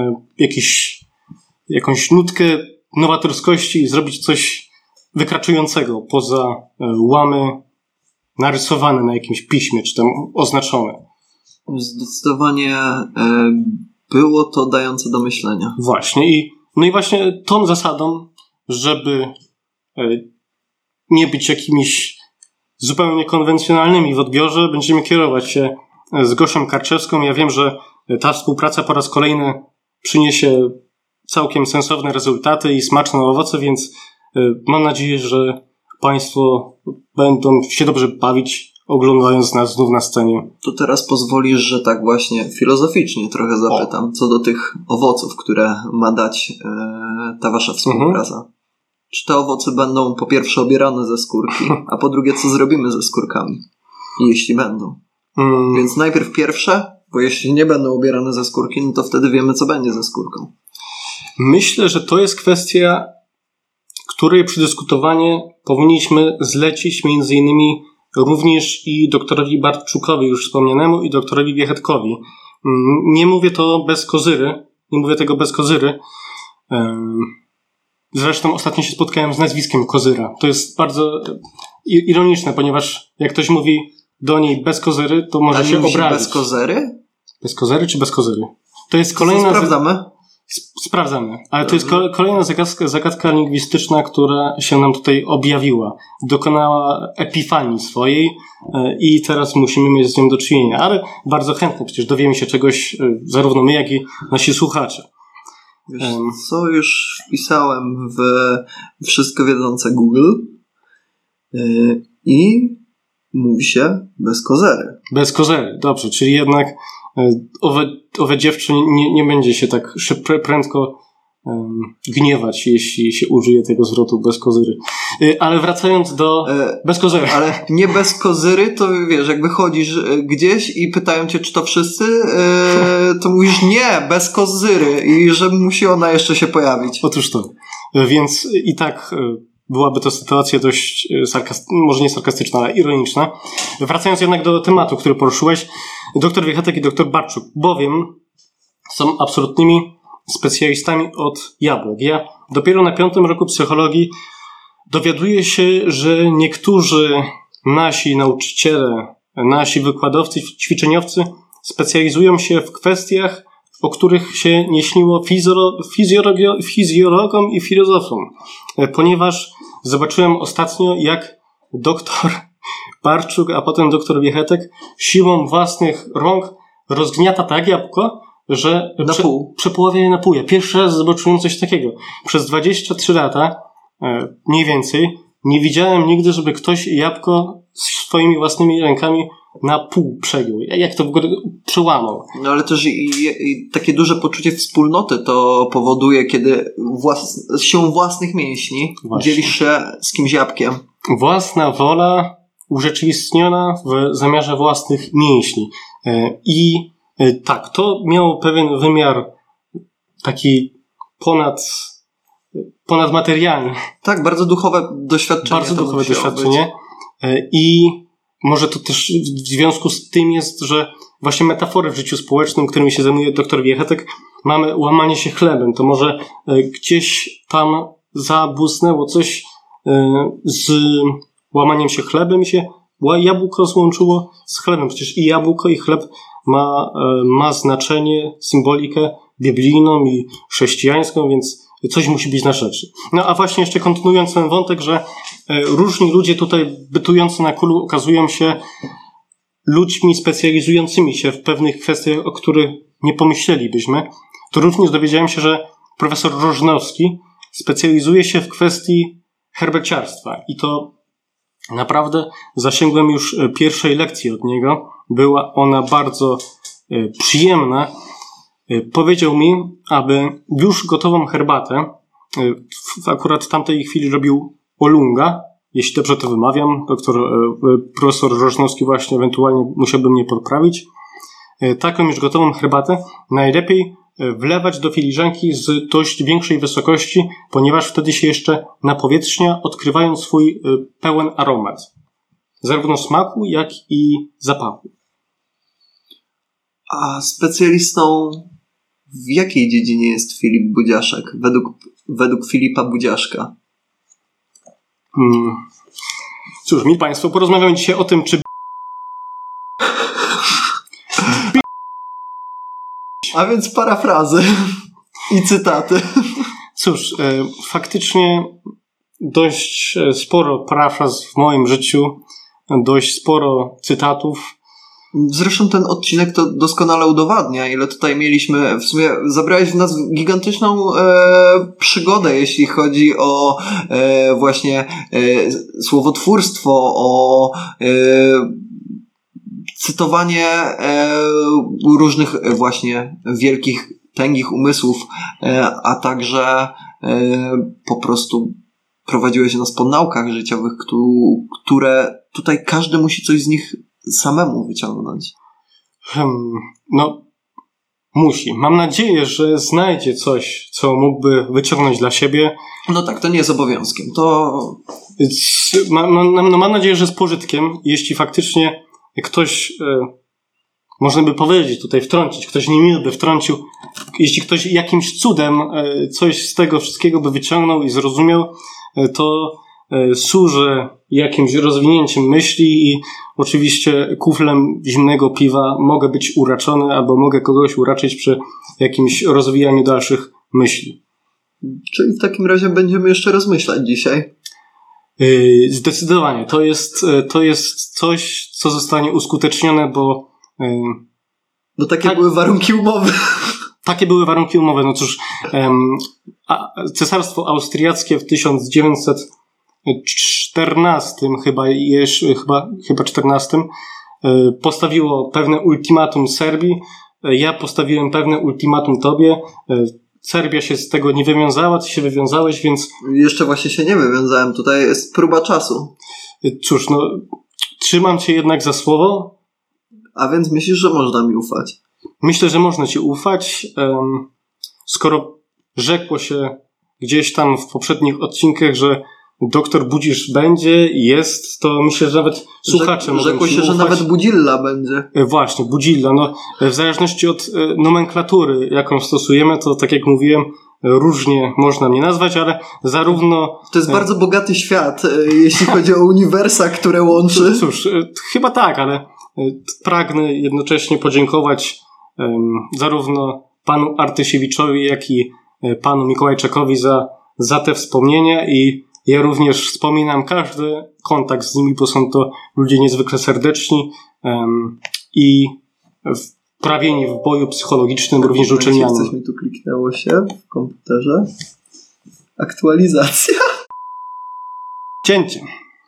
jakąś nutkę nowatorskości i zrobić coś wykraczającego poza łamy narysowane na jakimś piśmie, czy tam oznaczone. Zdecydowanie było to dające do myślenia. Właśnie. No i właśnie tą zasadą, żeby nie być jakimiś zupełnie konwencjonalnymi w odbiorze, będziemy kierować się z Gosią Karczewską. Ja wiem, że ta współpraca po raz kolejny przyniesie całkiem sensowne rezultaty i smaczne owoce, więc mam nadzieję, że Państwo będą się dobrze bawić, oglądając nas znów na scenie. To teraz pozwolisz, że tak właśnie filozoficznie trochę zapytam, co do tych owoców, które ma dać ta wasza współpraca. Czy te owoce będą po pierwsze obierane ze skórki, a po drugie co zrobimy ze skórkami, jeśli będą? Więc najpierw pierwsze, bo jeśli nie będą obierane ze skórki, no to wtedy wiemy, co będzie ze skórką. Myślę, że to jest kwestia, której przedyskutowanie powinniśmy zlecić między innymi również i doktorowi Bartczukowi, już wspomnianemu, i doktorowi Wiechetkowi. Nie mówię to bez kozyry. Nie mówię tego bez kozyry. Zresztą ostatnio się spotkałem z nazwiskiem Kozyra. To jest bardzo ironiczne, ponieważ jak ktoś mówi do niej bez kozyry, to może się obrazić. Bez kozery? Bez kozery czy bez kozyry? To jest kolejna... Sprawdzamy. Sprawdzamy, ale to jest kolejna zagadka lingwistyczna, która się nam tutaj objawiła. Dokonała epifanii swojej i teraz musimy mieć z nią do czynienia, ale bardzo chętnie przecież dowiemy się czegoś zarówno my, jak i nasi słuchacze. Wiesz co, już wpisałem w wszystko wiedzące Google i mówi się bez kozery. Bez kozery, dobrze, czyli jednak owe dziewczę nie będzie się tak prędko gniewać, jeśli się użyje tego zwrotu bez kozyry. Ale wracając do... bez kozyry. Ale nie bez kozyry, to wiesz, jak wychodzisz gdzieś i pytają cię, czy to wszyscy, to mówisz nie, bez kozyry i że musi ona jeszcze się pojawić. Otóż to. Więc i tak byłaby to sytuacja dość może nie sarkastyczna, ale ironiczna. Wracając jednak do tematu, który poruszyłeś, dr Wiechetek i dr Bartczuk, bowiem są absolutnymi specjalistami od jabłek. Ja dopiero na 5. roku psychologii dowiaduję się, że niektórzy nasi nauczyciele, nasi wykładowcy, ćwiczeniowcy specjalizują się w kwestiach, o których się nie śniło fizjologom i filozofom. Ponieważ zobaczyłem ostatnio, jak doktor Bartczuk, a potem doktor Wiechetek siłą własnych rąk rozgniata tak jabłko, że przepoławia je na pół. Ja pierwszy raz zobaczyłem coś takiego. Przez 23 lata, mniej więcej, nie widziałem nigdy, żeby ktoś jabłko swoimi własnymi rękami na pół przegiął. Jak to w ogóle przełamał. No ale też i takie duże poczucie wspólnoty to powoduje, kiedy siłą własnych mięśni dzielisz się z kimś jabłkiem. Własna wola urzeczywistniona w zamiarze własnych mięśni. I tak, to miało pewien wymiar taki ponadmaterialny. Tak, bardzo duchowe doświadczenie. Bardzo duchowe doświadczenie. I może to też w związku z tym jest, że właśnie metafory w życiu społecznym, którymi się zajmuje dr Wiechetek, mamy łamanie się chlebem. To może gdzieś tam zabłysnęło coś z łamaniem się chlebem i się jabłko złączyło z chlebem. Przecież i jabłko, i chleb ma znaczenie, symbolikę biblijną i chrześcijańską, więc coś musi być na rzeczy. No a właśnie jeszcze kontynuując ten wątek, że różni ludzie tutaj bytujący na kulu okazują się ludźmi specjalizującymi się w pewnych kwestiach, o których nie pomyślelibyśmy, to również dowiedziałem się, że profesor Rożnowski specjalizuje się w kwestii herbeciarstwa i to naprawdę zasięgłem już pierwszej lekcji od niego. Była ona bardzo przyjemna. Powiedział mi, aby już gotową herbatę akurat w tamtej chwili robił Olunga, jeśli dobrze to wymawiam. Profesor Rożnowski właśnie ewentualnie musiałby mnie podprawić. Taką już gotową herbatę najlepiej wlewać do filiżanki z dość większej wysokości, ponieważ wtedy się jeszcze napowietrznia, odkrywając swój pełen aromat. Zarówno smaku, jak i zapachu. A specjalistą w jakiej dziedzinie jest Filip Budziaszek? Według Filipa Budziaszka. Cóż, mi Państwo, porozmawiamy dzisiaj o tym, czy A więc parafrazy i cytaty. Cóż, faktycznie dość sporo parafraz w moim życiu, dość sporo cytatów. Zresztą ten odcinek to doskonale udowadnia, ile tutaj mieliśmy. W sumie zabrałeś w nas gigantyczną przygodę, jeśli chodzi o właśnie słowotwórstwo, o cytowanie różnych właśnie wielkich, tęgich umysłów, a także po prostu prowadziłeś nas po naukach życiowych, które tutaj każdy musi coś z nich samemu wyciągnąć. No, musi. Mam nadzieję, że znajdzie coś, co mógłby wyciągnąć dla siebie. No tak, to nie jest obowiązkiem. To mam nadzieję, że z pożytkiem, jeśli faktycznie ktoś, można by powiedzieć, tutaj wtrącić, ktoś niemiły by wtrącił, jeśli ktoś jakimś cudem coś z tego wszystkiego by wyciągnął i zrozumiał, to służę jakimś rozwinięciem myśli i oczywiście kuflem zimnego piwa mogę być uraczony albo mogę kogoś uraczyć przy jakimś rozwijaniu dalszych myśli. Czyli w takim razie będziemy jeszcze rozmyślać dzisiaj. Zdecydowanie. To jest coś, co zostanie uskutecznione, bo takie były warunki umowy. Takie były warunki umowy. No cóż, Cesarstwo Austriackie w 1914 chyba 14 postawiło pewne ultimatum Serbii. Ja postawiłem pewne ultimatum tobie. Serbia się z tego nie wywiązała, ty się wywiązałeś, więc... Jeszcze właśnie się nie wywiązałem. Tutaj jest próba czasu. Cóż, no, trzymam cię jednak za słowo. A więc myślisz, że można mi ufać? Myślę, że można ci ufać. Skoro rzekło się gdzieś tam w poprzednich odcinkach, że doktor Budzisz będzie i jest, to myślę, że nawet słuchacze mogą rzekło się, że nawet Budzilla będzie. Właśnie, Budzilla. No, w zależności od nomenklatury, jaką stosujemy, to tak jak mówiłem, różnie można mnie nazwać, ale zarówno... To jest bardzo bogaty świat, jeśli chodzi o uniwersa, które łączy. Cóż, chyba tak, ale pragnę jednocześnie podziękować zarówno panu Artysiewiczowi, jak i panu Mikołajczakowi za te wspomnienia i ja również wspominam każdy kontakt z nimi, bo są to ludzie niezwykle serdeczni i wprawieni w boju psychologicznym, również uczelnianym. Coś mi tu kliknęło się w komputerze. Aktualizacja. Cięcie.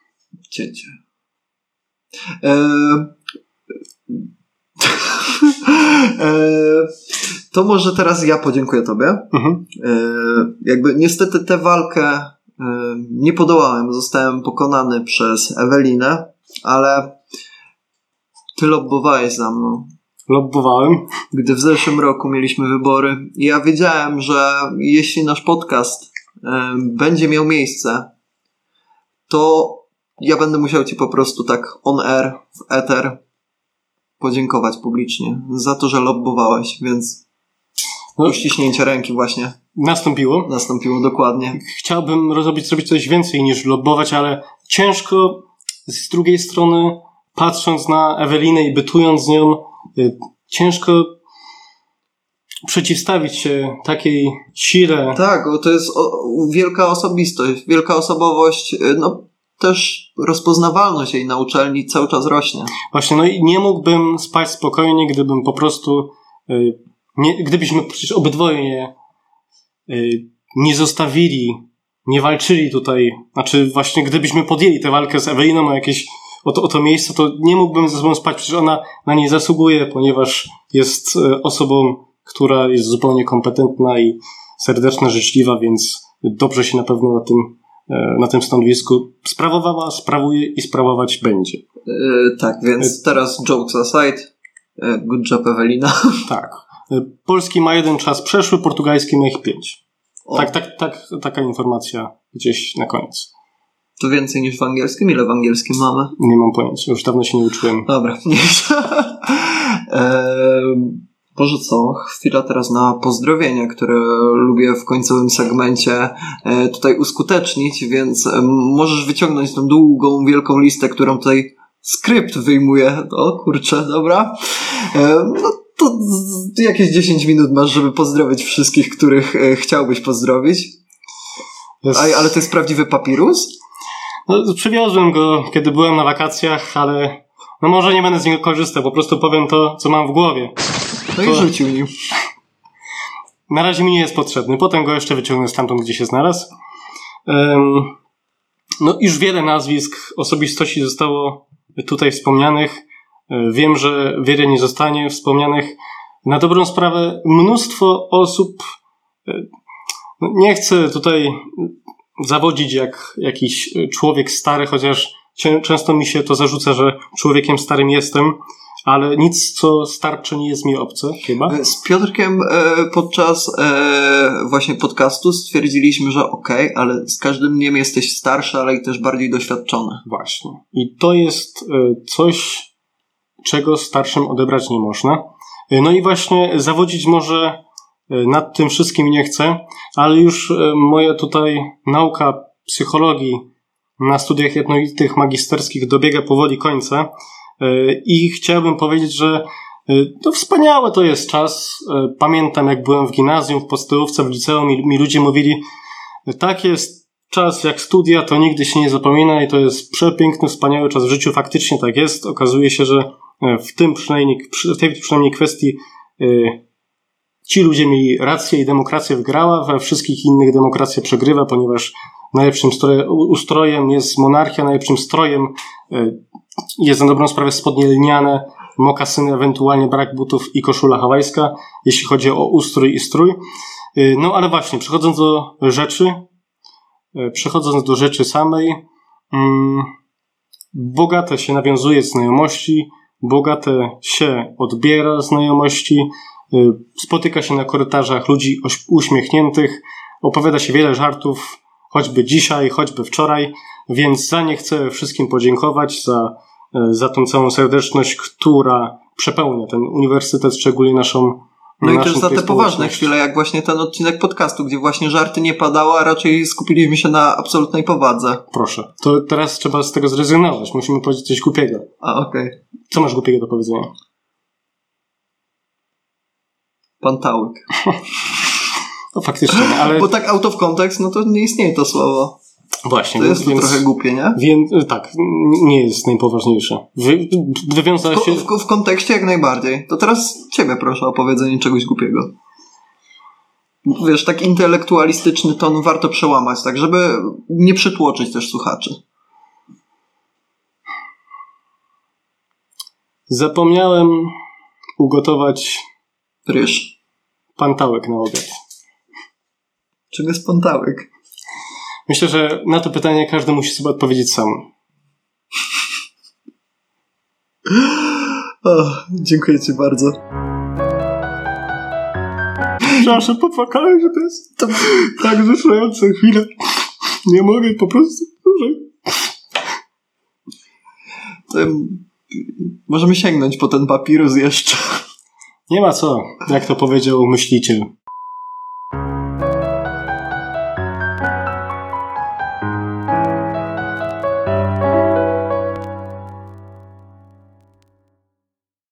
To może teraz ja podziękuję tobie. Jakby niestety tę walkę nie podołałem. Zostałem pokonany przez Ewelinę, ale ty lobbowałeś za mną. Lobbowałem. Gdy w zeszłym roku mieliśmy wybory. I ja wiedziałem, że jeśli nasz podcast będzie miał miejsce, to ja będę musiał ci po prostu tak on air, w ether podziękować publicznie za to, że lobbowałeś, więc uściśnięcie ręki właśnie. Nastąpiło, dokładnie. Chciałbym zrobić coś więcej niż lobbować, ale ciężko z drugiej strony, patrząc na Ewelinę i bytując z nią, ciężko przeciwstawić się takiej sile. Tak, bo to jest wielka osobistość, wielka osobowość, też rozpoznawalność jej na uczelni cały czas rośnie. Właśnie, no i nie mógłbym spać spokojnie, gdybym po prostu gdybyśmy przecież obydwoje nie zostawili, nie walczyli tutaj, znaczy właśnie gdybyśmy podjęli tę walkę z Eweliną o to miejsce, to nie mógłbym ze sobą spać, przecież ona na nie zasługuje, ponieważ jest osobą, która jest zupełnie kompetentna i serdeczna, życzliwa, więc dobrze się na pewno na tym stanowisku sprawowała, sprawuje i sprawować będzie. Tak, więc teraz jokes aside. Good job, Ewelina. Tak. Polski ma 1 czas przeszły, portugalski ma ich 5. Taka informacja gdzieś na koniec. To więcej niż w angielskim? Ile w angielskim mamy? Nie mam pojęcia, już dawno się nie uczyłem. Dobra, nie. Może co? Chwila teraz na pozdrowienia, które lubię w końcowym segmencie tutaj uskutecznić, więc możesz wyciągnąć tą długą, wielką listę, którą tutaj skrypt wyjmuje. O kurczę, dobra. No to jakieś 10 minut masz, żeby pozdrowić wszystkich, których chciałbyś pozdrowić. Ale to jest prawdziwy papirus? No, przywiozłem go, kiedy byłem na wakacjach, ale no może nie będę z niego korzystał, po prostu powiem to, co mam w głowie. No i rzucił nim. Na razie mi nie jest potrzebny, potem go jeszcze wyciągnę stamtąd, gdzie się znalazł. No już wiele nazwisk, osobistości zostało tutaj wspomnianych. Wiem, że wiele nie zostanie wspomnianych. Na dobrą sprawę mnóstwo osób, nie chcę tutaj zawodzić jak jakiś człowiek stary, chociaż często mi się to zarzuca, że człowiekiem starym jestem, ale nic, co starcze, nie jest mi obce, chyba. Z Piotrkiem podczas właśnie podcastu stwierdziliśmy, że okej, ale z każdym dniem jesteś starszy, ale i też bardziej doświadczony. Właśnie. I to jest coś, czego starszym odebrać nie można. No i właśnie zawodzić może nad tym wszystkim nie chcę, ale już moja tutaj nauka psychologii na studiach jednolitych magisterskich dobiega powoli końca i chciałbym powiedzieć, że to wspaniałe to jest czas. Pamiętam, jak byłem w gimnazjum, w podstawówce, w liceum mi ludzie mówili, tak jest czas jak studia, to nigdy się nie zapomina i to jest przepiękny, wspaniały czas w życiu. Faktycznie tak jest. Okazuje się, że w tej przynajmniej kwestii ci ludzie mieli rację i demokracja wygrała, we wszystkich innych demokracja przegrywa, ponieważ najlepszym ustrojem jest monarchia, najlepszym strojem jest na dobrą sprawę spodnie lniane, mokasyny, ewentualnie brak butów i koszula hawajska, jeśli chodzi o ustrój i strój. No ale właśnie, przechodząc do rzeczy samej, bogate się nawiązuje znajomości, bogate się odbiera znajomości, spotyka się na korytarzach ludzi uśmiechniętych, opowiada się wiele żartów, choćby dzisiaj, choćby wczoraj, więc za nie chcę wszystkim podziękować, za tą całą serdeczność, która przepełnia ten uniwersytet, szczególnie naszą. No i też za te poważne chwile, jak właśnie ten odcinek podcastu, gdzie właśnie żarty nie padały, a raczej skupiliśmy się na absolutnej powadze. Proszę. To teraz trzeba z tego zrezygnować. Musimy powiedzieć coś głupiego. Okej. Co masz głupiego do powiedzenia? Pantałek. No faktycznie, ale... Bo tak out of context, no to nie istnieje to słowo. Właśnie. To jest to trochę głupie, nie? Tak, nie jest najpoważniejsze. Wywiązała się... W kontekście jak najbardziej. To teraz ciebie proszę o powiedzenie czegoś głupiego. Wiesz, tak intelektualistyczny ton warto przełamać, tak żeby nie przytłoczyć też słuchaczy. Zapomniałem ugotować ryż. Pantałek na obiad. Czym jest pantałek? Myślę, że na to pytanie każdy musi sobie odpowiedzieć sam. Dziękuję ci bardzo. Przepraszam, popłakałem, że to jest tak wzruszająca chwila. Nie mogę po prostu dłużej. Możemy sięgnąć po ten papirus jeszcze. Nie ma co, jak to powiedział myśliciel.